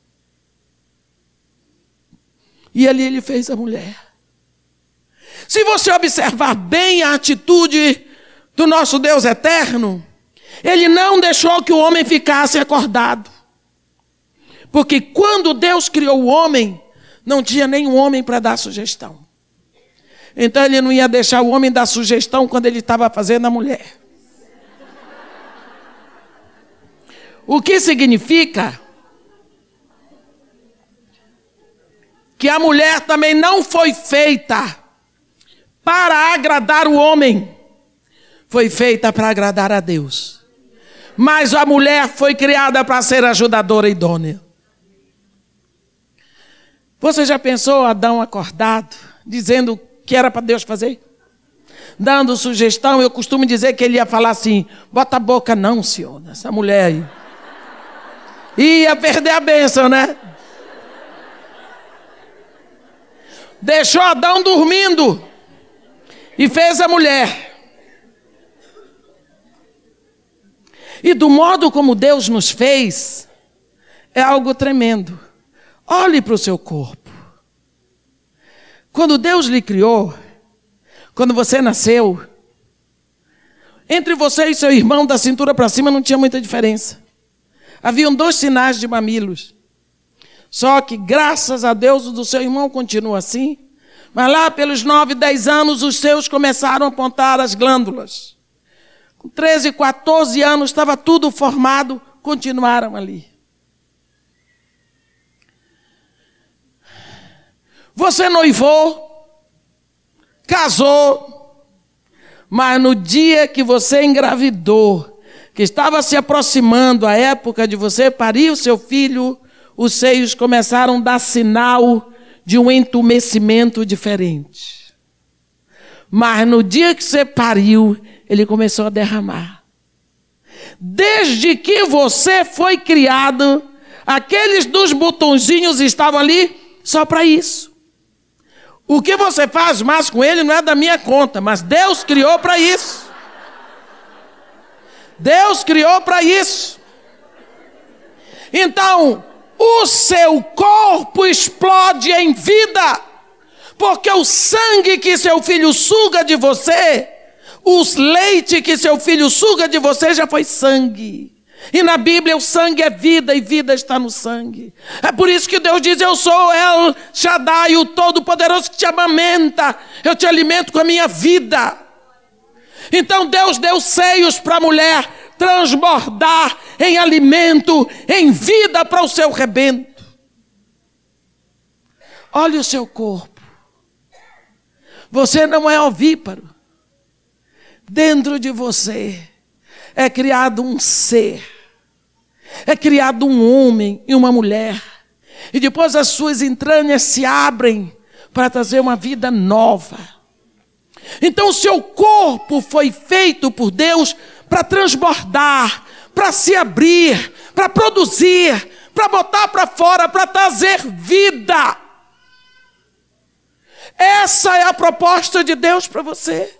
E ali Ele fez a mulher. Se você observar bem a atitude do nosso Deus eterno, Ele não deixou que o homem ficasse acordado. Porque quando Deus criou o homem, não tinha nenhum homem para dar sugestão. Então Ele não ia deixar o homem dar sugestão quando Ele estava fazendo a mulher. O que significa que a mulher também não foi feita para agradar o homem, foi feita para agradar a Deus. Mas a mulher foi criada para ser ajudadora idônea. Você já pensou Adão acordado, dizendo que era para Deus fazer? Dando sugestão, eu costumo dizer que ele ia falar assim, bota a boca não, senhor, essa mulher aí. Ia perder a bênção, né? Deixou Adão dormindo e fez a mulher. E do modo como Deus nos fez, é algo tremendo. Olhe para o seu corpo. Quando Deus lhe criou, quando você nasceu, entre você e seu irmão da cintura para cima não tinha muita diferença. Haviam 2 sinais de mamilos. Só que, graças a Deus, o do seu irmão continua assim. Mas lá pelos 9, 10 anos, os seus começaram a apontar as glândulas. Com 13, 14 anos, estava tudo formado, continuaram ali. Você noivou, casou, mas no dia que você engravidou, que estava se aproximando a época de você parir o seu filho, os seios começaram a dar sinal de um entumecimento diferente. Mas no dia que você pariu, ele começou a derramar. Desde que você foi criado, aqueles 2 botõezinhos estavam ali só para isso. O que você faz mais com ele não é da minha conta, mas Deus criou para isso. Deus criou para isso. Então, o seu corpo explode em vida, porque o sangue que seu filho suga de você, os leite que seu filho suga de você já foi sangue. E na Bíblia o sangue é vida e vida está no sangue. É por isso que Deus diz, eu sou El Shaddai, o Todo-Poderoso que te amamenta, eu te alimento com a minha vida. Então Deus deu seios para a mulher transbordar em alimento, em vida para o seu rebento. Olhe o seu corpo. Você não é ovíparo. Dentro de você é criado um ser. É criado um homem e uma mulher. E depois as suas entranhas se abrem para trazer uma vida nova. Então o seu corpo foi feito por Deus para transbordar, para se abrir, para produzir, para botar para fora, para trazer vida. Essa é a proposta de Deus para você.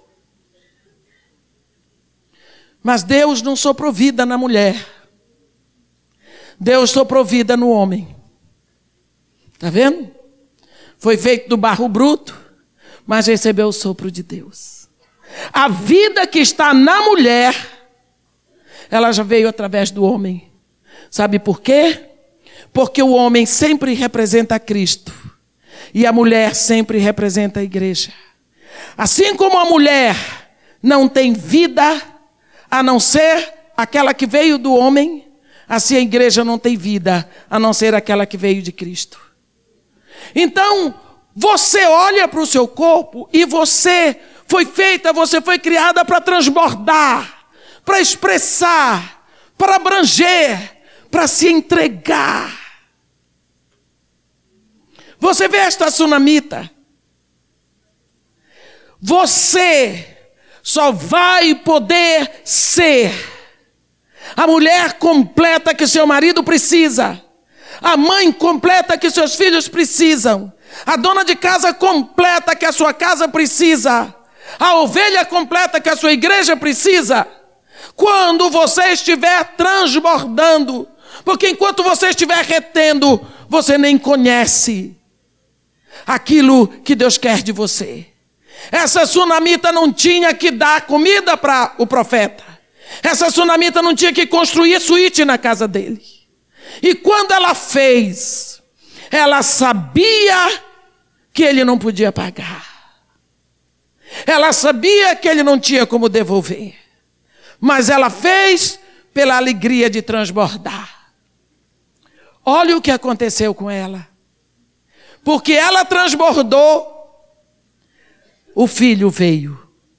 Mas Deus não soprou vida na mulher. Deus soprou vida no homem. Está vendo? Foi feito do barro bruto, mas recebeu o sopro de Deus. A vida que está na mulher, ela já veio através do homem. Sabe por quê? Porque o homem sempre representa Cristo. E a mulher sempre representa a igreja. Assim como a mulher não tem vida, a não ser aquela que veio do homem, assim a igreja não tem vida, a não ser aquela que veio de Cristo. Então, você olha para o seu corpo e você foi criada para transbordar, para expressar, para abranger, para se entregar. Você vê esta sunamita? Você só vai poder ser a mulher completa que seu marido precisa, a mãe completa que seus filhos precisam, a dona de casa completa que a sua casa precisa, a ovelha completa que a sua igreja precisa, quando você estiver transbordando, porque enquanto você estiver retendo, você nem conhece aquilo que Deus quer de você. Essa sunamita não tinha que dar comida para o profeta. Essa sunamita não tinha que construir suíte na casa dele. E quando ela fez, ela sabia que ele não podia pagar. Ela sabia que ele não tinha como devolver. Mas ela fez pela alegria de transbordar. Olha o que aconteceu com ela. Porque ela transbordou, o filho veio.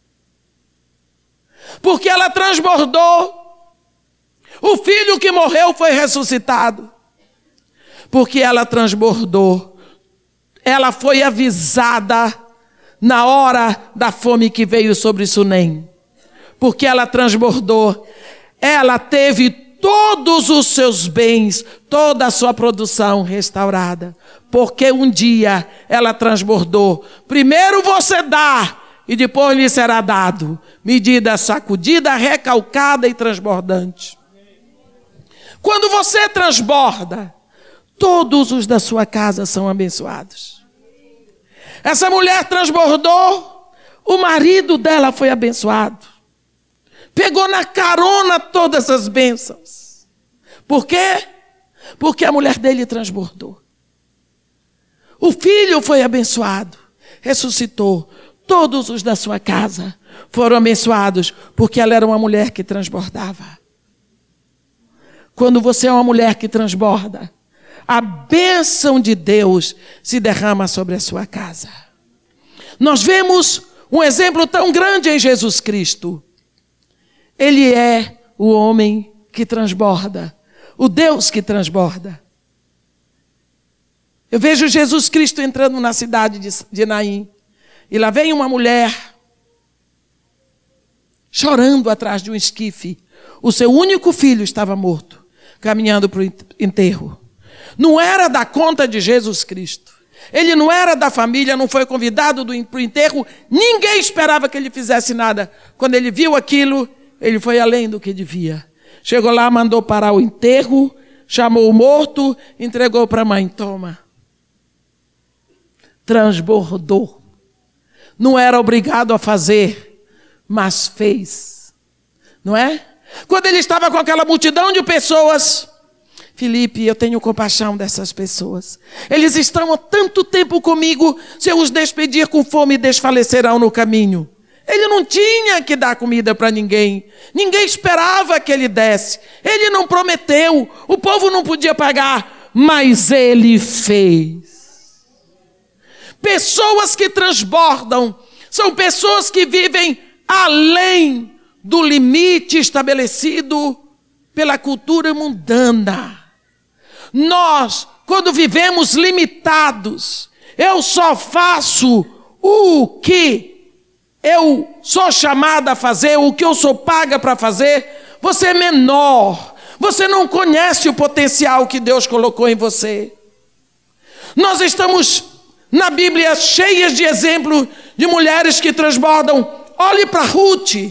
Porque ela transbordou, o filho que morreu foi ressuscitado. Porque ela transbordou, ela foi avisada na hora da fome que veio sobre Sunem. Porque ela transbordou, ela teve todos os seus bens, toda a sua produção restaurada. Porque um dia ela transbordou. Primeiro você dá, e depois lhe será dado. Medida sacudida, recalcada e transbordante. Quando você transborda, todos os da sua casa são abençoados. Essa mulher transbordou, o marido dela foi abençoado. Pegou na carona todas as bênçãos. Por quê? Porque a mulher dele transbordou. O filho foi abençoado, ressuscitou. Todos os da sua casa foram abençoados, porque ela era uma mulher que transbordava. Quando você é uma mulher que transborda, a bênção de Deus se derrama sobre a sua casa. Nós vemos um exemplo tão grande em Jesus Cristo. Ele é o homem que transborda, o Deus que transborda. Eu vejo Jesus Cristo entrando na cidade de Naim, e lá vem uma mulher chorando atrás de um esquife. O seu único filho estava morto, caminhando para o enterro. Não era da conta de Jesus Cristo. Ele não era da família, não foi convidado para o enterro. Ninguém esperava que ele fizesse nada. Quando ele viu aquilo, ele foi além do que devia. Chegou lá, mandou parar o enterro, chamou o morto, entregou para a mãe. Toma. Transbordou. Não era obrigado a fazer, mas fez. Não é? Quando ele estava com aquela multidão de pessoas, Filipe, eu tenho compaixão dessas pessoas. Eles estão há tanto tempo comigo, se eu os despedir com fome, desfalecerão no caminho. Ele não tinha que dar comida para ninguém. Ninguém esperava que ele desse. Ele não prometeu. O povo não podia pagar, mas ele fez. Pessoas que transbordam São pessoas que vivem além do limite estabelecido pela cultura mundana. Nós, quando vivemos limitados, eu só faço o que eu sou chamada a fazer, o que eu sou paga para fazer, você é menor. Você não conhece o potencial que Deus colocou em você. Nós estamos na Bíblia cheias de exemplos de mulheres que transbordam. Olhe para Ruth.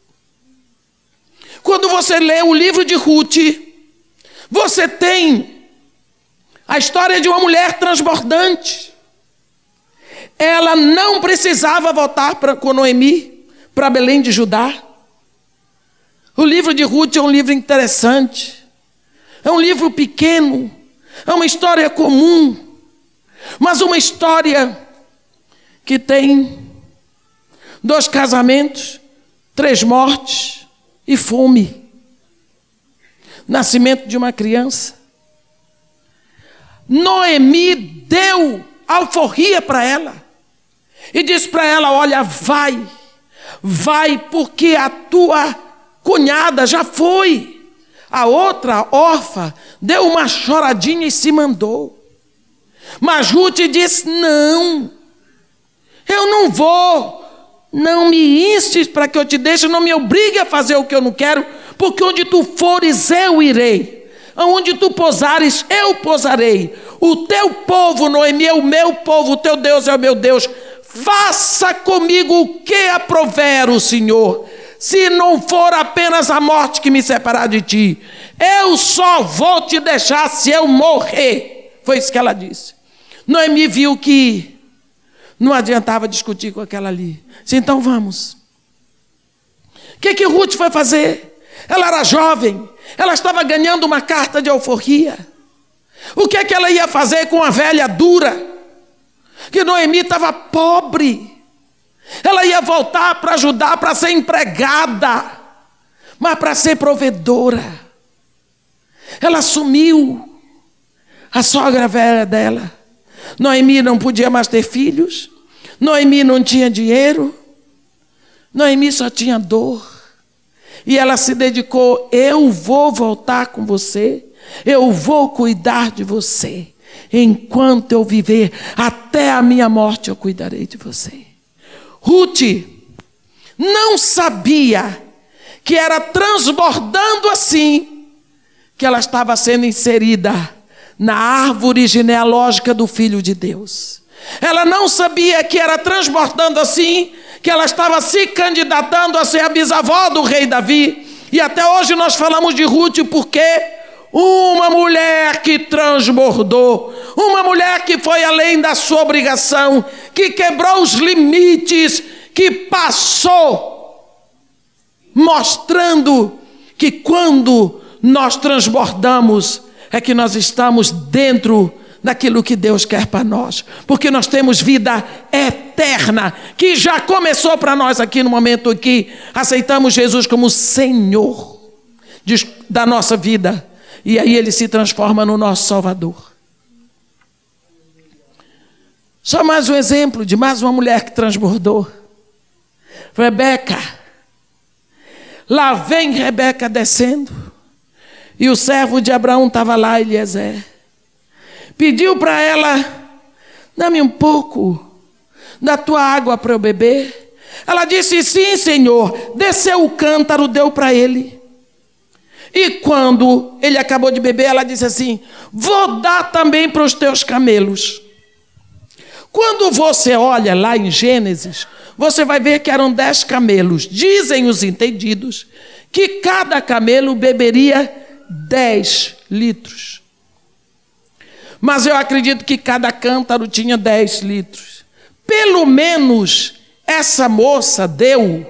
Quando você lê o livro de Ruth, você tem a história de uma mulher transbordante. Ela não precisava voltar com Noemi para Belém de Judá. O livro de Ruth é um livro interessante. É um livro pequeno. É uma história comum. Mas uma história que tem 2 casamentos, 3 mortes e fome. Nascimento de uma criança. Noemi deu alforria para ela. E disse para ela, olha, vai, porque a tua cunhada já foi. A outra, órfã, deu uma choradinha e se mandou. Mas Ruth disse, não, eu não vou. Não me instes para que eu te deixe, não me obrigue a fazer o que eu não quero, porque onde tu fores eu irei. Onde tu pousares eu pousarei. O teu povo, Noemi, é o meu povo, o teu Deus é o meu Deus. Faça comigo o que aprover o Senhor, se não for apenas a morte que me separar de ti. Eu só vou te deixar se eu morrer. Foi isso que ela disse. Noemi viu que não adiantava discutir com aquela ali. Disse, então vamos. O que Ruth foi fazer? Ela era jovem, ela estava ganhando uma carta de alforria. O que ela ia fazer com a velha dura? Que Noemi estava pobre. Ela ia voltar para ajudar, para ser empregada, mas para ser provedora. Ela assumiu a sogra velha dela. Noemi não podia mais ter filhos. Noemi não tinha dinheiro. Noemi só tinha dor. E ela se dedicou, eu vou voltar com você. Eu vou cuidar de você. Enquanto eu viver, até a minha morte eu cuidarei de você. Ruth não sabia que era transbordando assim que ela estava sendo inserida na árvore genealógica do Filho de Deus. Ela não sabia que era transbordando assim que ela estava se candidatando a ser a bisavó do rei Davi. E até hoje nós falamos de Ruth porque uma mulher que transbordou, uma mulher que foi além da sua obrigação, que quebrou os limites, que passou, mostrando que quando nós transbordamos, é que nós estamos dentro daquilo que Deus quer para nós, porque nós temos vida eterna, que já começou para nós aqui no momento em que aceitamos Jesus como Senhor da nossa vida. E aí ele se transforma no nosso Salvador. Só mais um exemplo de mais uma mulher que transbordou. Rebeca. Lá vem Rebeca descendo. E o servo de Abraão estava lá, Eliezer. Pediu para ela, dá-me um pouco da tua água para eu beber. Ela disse, sim, Senhor. Desceu o cântaro, deu para ele. E quando ele acabou de beber, ela disse assim, vou dar também para os teus camelos. Quando você olha lá em Gênesis, você vai ver que eram 10 camelos. Dizem os entendidos que cada camelo beberia 10 litros. Mas eu acredito que cada cântaro tinha 10 litros. Pelo menos essa moça deu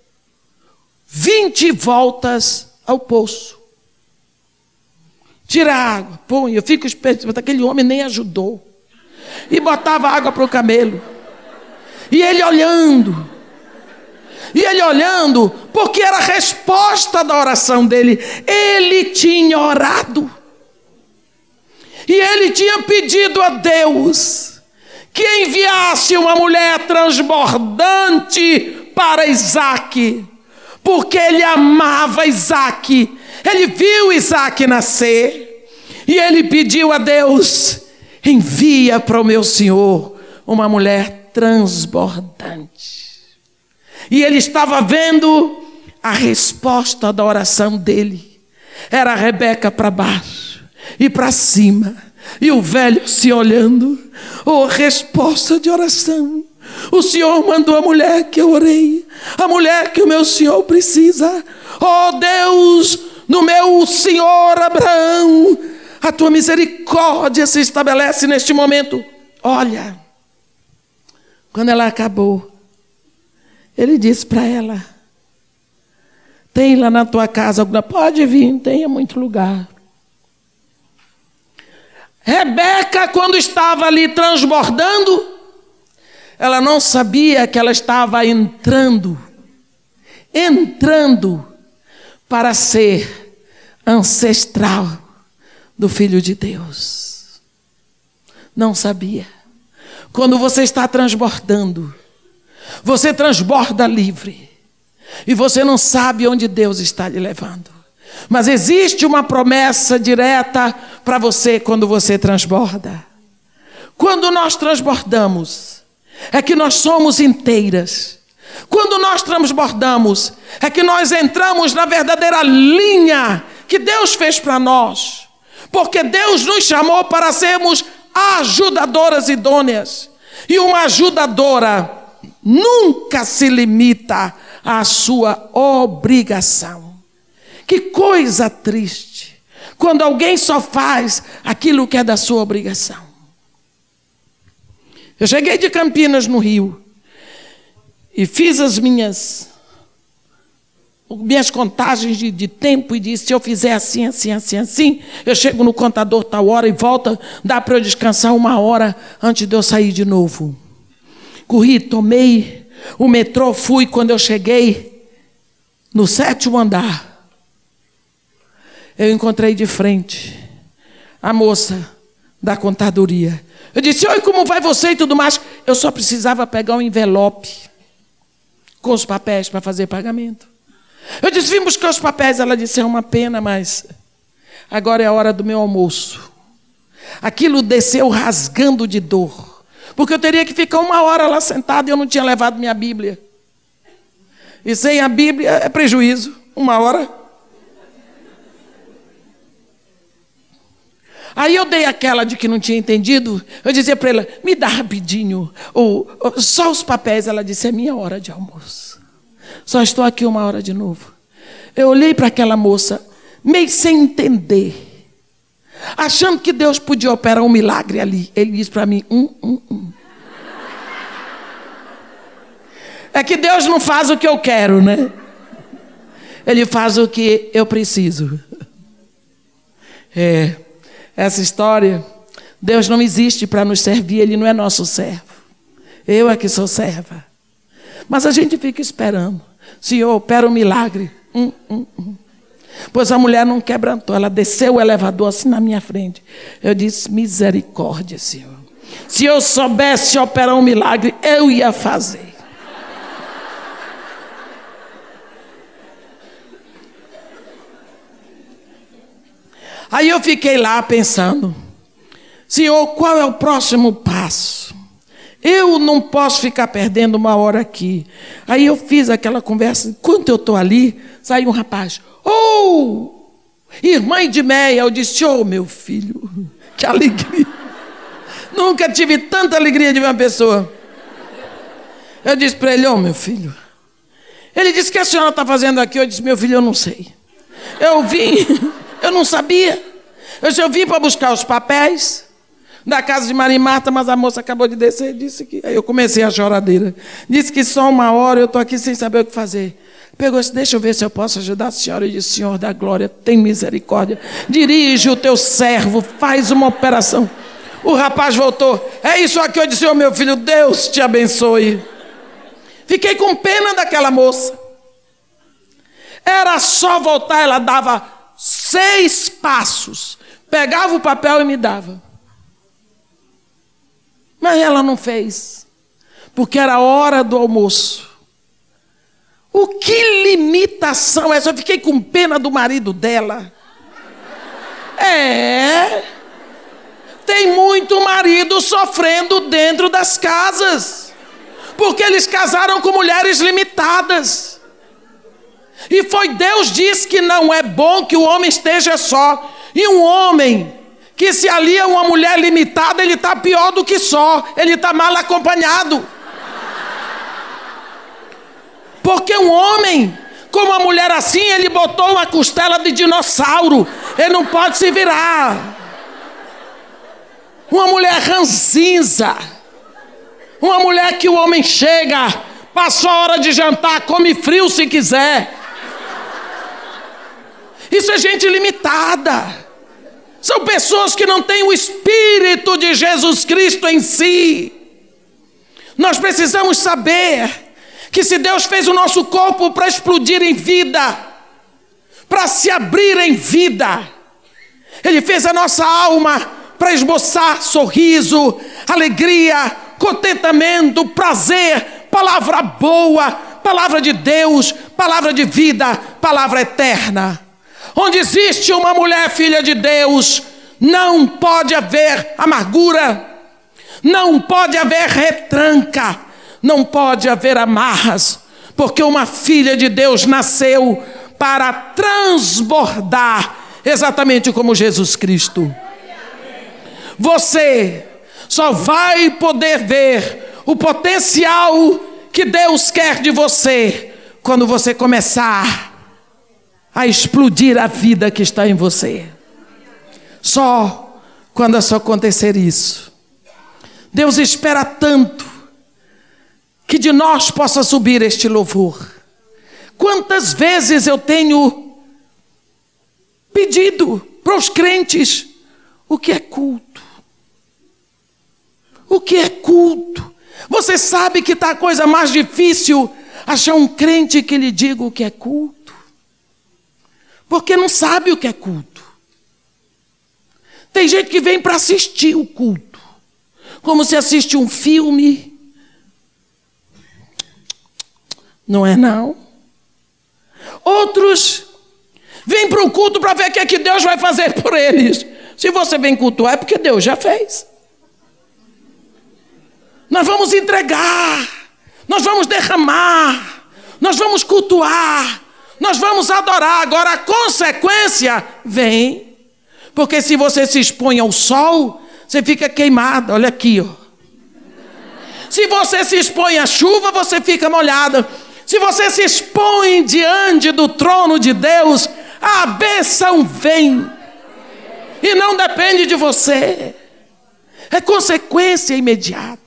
20 voltas ao poço. Tira a água, põe. Eu fico esperando, aquele homem nem ajudou. E botava água para o camelo. E ele olhando. Porque era a resposta da oração dele. Ele tinha orado. E ele tinha pedido a Deus que enviasse uma mulher transbordante para Isaque, porque ele amava Isaque. Ele viu Isaque nascer e ele pediu a Deus: envia para o meu senhor uma mulher transbordante. E ele estava vendo a resposta da oração dele. Era a Rebeca para baixo e para cima, e o velho se olhando. Oh, resposta de oração. O Senhor mandou a mulher que eu orei, a mulher que o meu Senhor precisa. Oh Deus, no meu Senhor Abraão, a tua misericórdia se estabelece neste momento. Olha, quando ela acabou, ele disse para ela: tem lá na tua casa alguma? Pode vir, tenha muito lugar. Rebeca, quando estava ali transbordando, ela não sabia que ela estava entrando para ser ancestral do Filho de Deus. Não sabia. Quando você está transbordando, você transborda livre. E você não sabe onde Deus está lhe levando. Mas existe uma promessa direta para você quando você transborda. Quando nós transbordamos, é que nós somos inteiras. Quando nós transbordamos, é que nós entramos na verdadeira linha que Deus fez para nós. Porque Deus nos chamou para sermos ajudadoras idôneas. E uma ajudadora nunca se limita à sua obrigação. Que coisa triste quando alguém só faz aquilo que é da sua obrigação. Eu cheguei de Campinas, no Rio, e fiz as minhas contagens de tempo e disse: se eu fizer assim, eu chego no contador tal hora e volta, dá para eu descansar 1 hora antes de eu sair de novo. Corri, tomei o metrô, fui. Quando eu cheguei no 7º andar, eu encontrei de frente a moça da contadoria. Eu disse: oi, como vai você e tudo mais? Eu só precisava pegar um envelope com os papéis para fazer pagamento. Eu disse: vim buscar os papéis. Ela disse: é uma pena, mas agora é a hora do meu almoço. Aquilo desceu rasgando de dor, porque eu teria que ficar 1 hora lá sentado e eu não tinha levado minha Bíblia. E sem a Bíblia é prejuízo, 1 hora. Aí eu dei aquela de que não tinha entendido. Eu dizia para ela: me dá rapidinho, só os papéis. Ela disse: é minha hora de almoço. Só estou aqui 1 hora de novo. Eu olhei para aquela moça, meio sem entender, achando que Deus podia operar um milagre ali. Ele disse para mim: É que Deus não faz o que eu quero, né? Ele faz o que eu preciso. Essa história, Deus não existe para nos servir, Ele não é nosso servo. Eu é que sou serva. Mas a gente fica esperando: Senhor, opera um milagre. Pois a mulher não quebrantou, ela desceu o elevador assim na minha frente. Eu disse: misericórdia, Senhor. Se eu soubesse operar um milagre, eu ia fazer. Aí eu fiquei lá pensando: Senhor, qual é o próximo passo? Eu não posso ficar perdendo 1 hora aqui. Aí eu fiz aquela conversa. Enquanto eu estou ali, saiu um rapaz: irmã Edmeia. Eu disse: meu filho, que alegria. Nunca tive tanta alegria de ver uma pessoa. Eu disse para ele: meu filho. Ele disse: o que a senhora está fazendo aqui? Eu disse: meu filho, eu não sei. Eu vim, eu não sabia. Eu vim para buscar os papéis da casa de Maria e Marta, mas a moça acabou de descer e disse que... Aí eu comecei a choradeira. Disse que só 1 hora eu estou aqui sem saber o que fazer. Pegou e disse: deixa eu ver se eu posso ajudar a senhora. E disse: Senhor da glória, tem misericórdia. Dirige o teu servo, faz uma operação. O rapaz voltou: é isso aqui. Eu disse: meu filho, Deus te abençoe. Fiquei com pena daquela moça. Era só voltar, ela dava 6 passos, pegava o papel e me dava. Mas ela não fez, porque era a hora do almoço. O que limitação é essa? Eu fiquei com pena do marido dela. Tem muito marido sofrendo dentro das casas, porque eles casaram com mulheres limitadas. E foi Deus disse que não é bom que o homem esteja só. E um homem que se alia a uma mulher limitada, ele está pior do que só, ele está mal acompanhado. Porque um homem com uma mulher assim, ele botou uma costela de dinossauro, ele não pode se virar. Uma mulher ranzinza, uma mulher que o homem chega, passou a hora de jantar, come frio se quiser. Isso é gente limitada. São pessoas que não têm o Espírito de Jesus Cristo em si. Nós precisamos saber que se Deus fez o nosso corpo para explodir em vida, para se abrir em vida, Ele fez a nossa alma para esboçar sorriso, alegria, contentamento, prazer, palavra boa, palavra de Deus, palavra de vida, palavra eterna. Onde existe uma mulher filha de Deus, não pode haver amargura, não pode haver retranca, não pode haver amarras, porque uma filha de Deus nasceu para transbordar, exatamente como Jesus Cristo. Você só vai poder ver o potencial que Deus quer de você quando você começar a explodir a vida que está em você. Só quando isso acontecer isso. Deus espera tanto que de nós possa subir este louvor. Quantas vezes eu tenho pedido para os crentes o que é culto? O que é culto? Você sabe que está a coisa mais difícil achar um crente que lhe diga o que é culto. Porque não sabe o que é culto. Tem gente que vem para assistir o culto, como se assiste um filme. Não é não. Outros vêm para o culto para ver o que é que Deus vai fazer por eles. Se você vem cultuar é porque Deus já fez. Nós vamos entregar, nós vamos derramar, nós vamos cultuar, nós vamos adorar. Agora a consequência vem, porque se você se expõe ao sol, você fica queimado. Olha aqui, ó. Se você se expõe à chuva, você fica molhada. Se você se expõe diante do trono de Deus, a bênção vem. E não depende de você. É consequência imediata.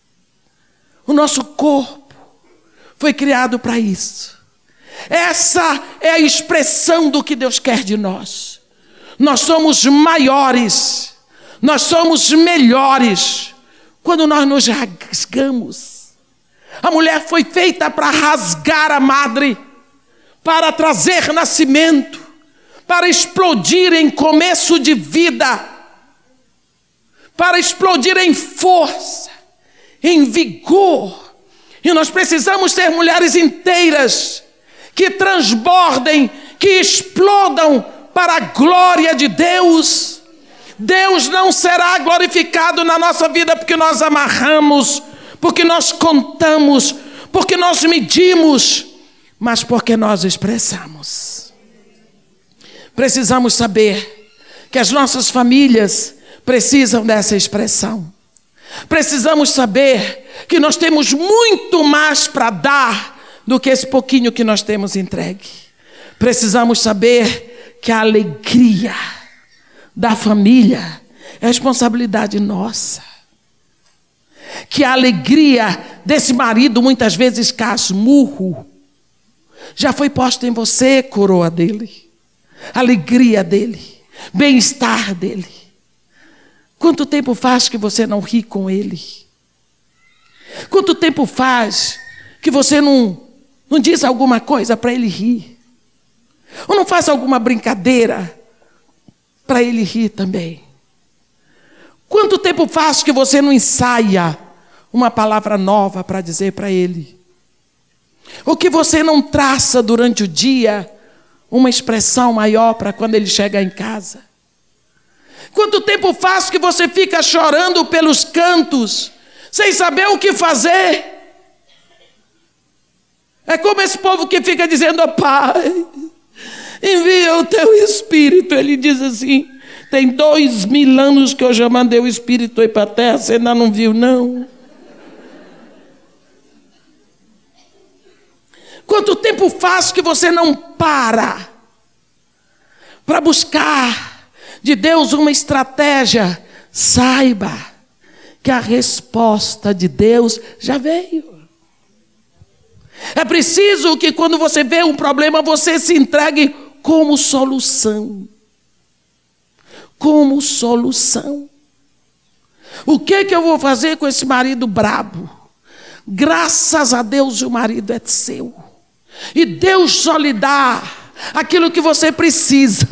O nosso corpo foi criado para isso. Essa é a expressão do que Deus quer de nós. Nós somos maiores, nós somos melhores quando nós nos rasgamos. A mulher foi feita para rasgar a madre, para trazer nascimento, para explodir em começo de vida, para explodir em força, em vigor. E nós precisamos ser mulheres inteiras, que transbordem, que explodam para a glória de Deus. Deus não será glorificado na nossa vida porque nós amarramos, porque nós contamos, porque nós medimos, mas porque nós expressamos. Precisamos saber que as nossas famílias precisam dessa expressão. Precisamos saber que nós temos muito mais para dar do que esse pouquinho que nós temos entregue. Precisamos saber que a alegria da família é responsabilidade nossa. Que a alegria desse marido, muitas vezes casmurro, já foi posta em você, coroa dele. Alegria dele, bem-estar dele. Quanto tempo faz que você não ri com ele? Quanto tempo faz que você não diz alguma coisa para ele rir? Ou não faz alguma brincadeira para ele rir também? Quanto tempo faz que você não ensaia uma palavra nova para dizer para ele? Ou que você não traça durante o dia uma expressão maior para quando ele chegar em casa? Quanto tempo faz que você fica chorando pelos cantos, sem saber o que fazer? É como esse povo que fica dizendo: ó Pai, envia o teu Espírito. Ele diz assim: tem 2000 anos que eu já mandei o Espírito aí para a terra, você ainda não viu, não? Quanto tempo faz que você não para buscar de Deus uma estratégia? Saiba que a resposta de Deus já veio. É preciso que quando você vê um problema, você se entregue como solução. Como solução. O que eu vou fazer com esse marido brabo? Graças a Deus o marido é seu. E Deus só lhe dá aquilo que você precisa.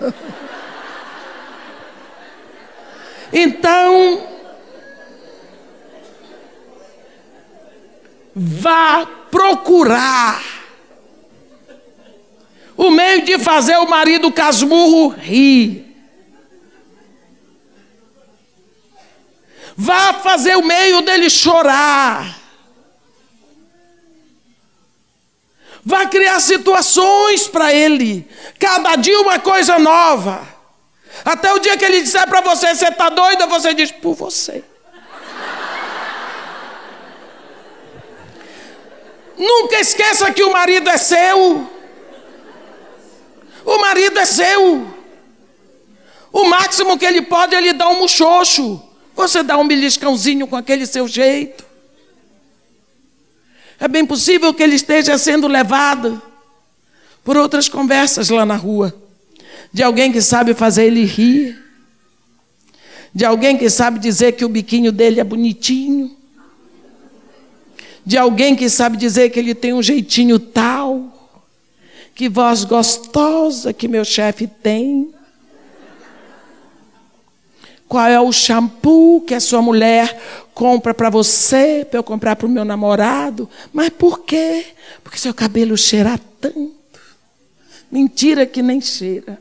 Então, vá procurar o meio de fazer o marido casmurro rir. Vá fazer o meio dele chorar. Vá criar situações para ele. Cada dia uma coisa nova. Até o dia que ele disser para você: você está doida? Você diz: por você. Nunca esqueça que o marido é seu. O marido é seu. O máximo que ele pode é lhe dar um muxoxo. Você dá um beliscãozinho com aquele seu jeito. É bem possível que ele esteja sendo levado por outras conversas lá na rua. De alguém que sabe fazer ele rir. De alguém que sabe dizer que o biquinho dele é bonitinho. De alguém que sabe dizer que ele tem um jeitinho tal. Que voz gostosa que meu chefe tem. Qual é o shampoo que a sua mulher compra para você, para eu comprar para o meu namorado? Mas por quê? Porque seu cabelo cheira tanto. Mentira que nem cheira.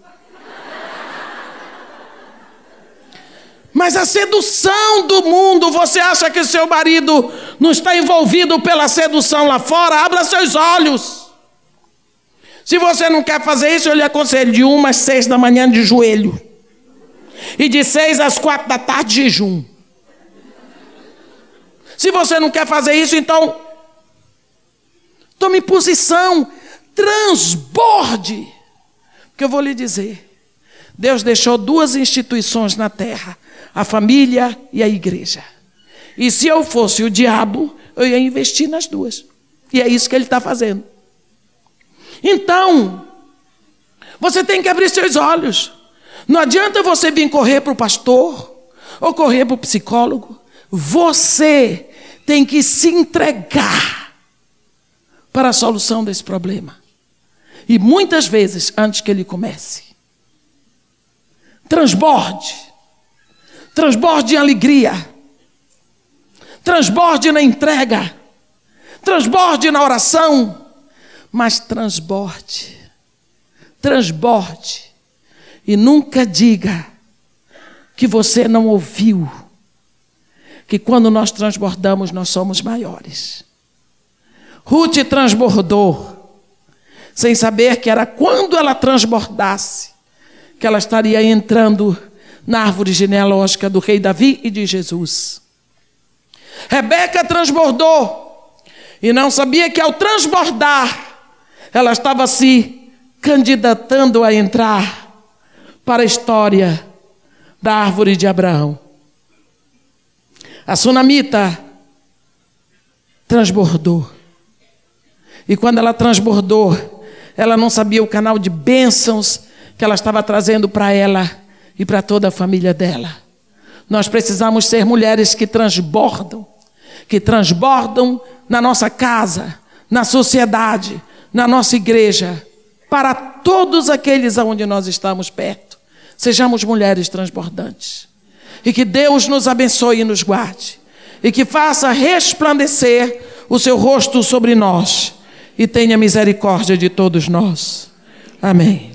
Mas a sedução do mundo, você acha que seu marido não está envolvido pela sedução lá fora? Abra seus olhos. Se você não quer fazer isso, eu lhe aconselho de 1 às 6 da manhã de joelho. E de 6 às 4 da tarde, jejum. Se você não quer fazer isso, então tome posição, transborde. Porque eu vou lhe dizer, Deus deixou 2 instituições na terra, a família e a igreja. E se eu fosse o diabo, eu ia investir nas 2. E é isso que ele está fazendo. Então, você tem que abrir seus olhos. Não adianta você vir correr para o pastor ou correr para o psicólogo. Você tem que se entregar para a solução desse problema. E muitas vezes, antes que ele comece. Transborde. Transborde em alegria. Transborde na entrega. Transborde na oração. Mas transborde. Transborde. E nunca diga que você não ouviu que quando nós transbordamos, nós somos maiores. Ruth transbordou, sem saber que era quando ela transbordasse, que ela estaria entrando na árvore genealógica do rei Davi e de Jesus. Rebeca transbordou, e não sabia que ao transbordar, ela estava se candidatando a entrar para a história da árvore de Abraão. A sunamita transbordou. E quando ela transbordou, ela não sabia o canal de bênçãos que ela estava trazendo para ela e para toda a família dela. Nós precisamos ser mulheres que transbordam na nossa casa, na sociedade, na nossa igreja, para todos aqueles aonde nós estamos perto. Sejamos mulheres transbordantes. E que Deus nos abençoe e nos guarde. E que faça resplandecer o seu rosto sobre nós. E tenha misericórdia de todos nós. Amém.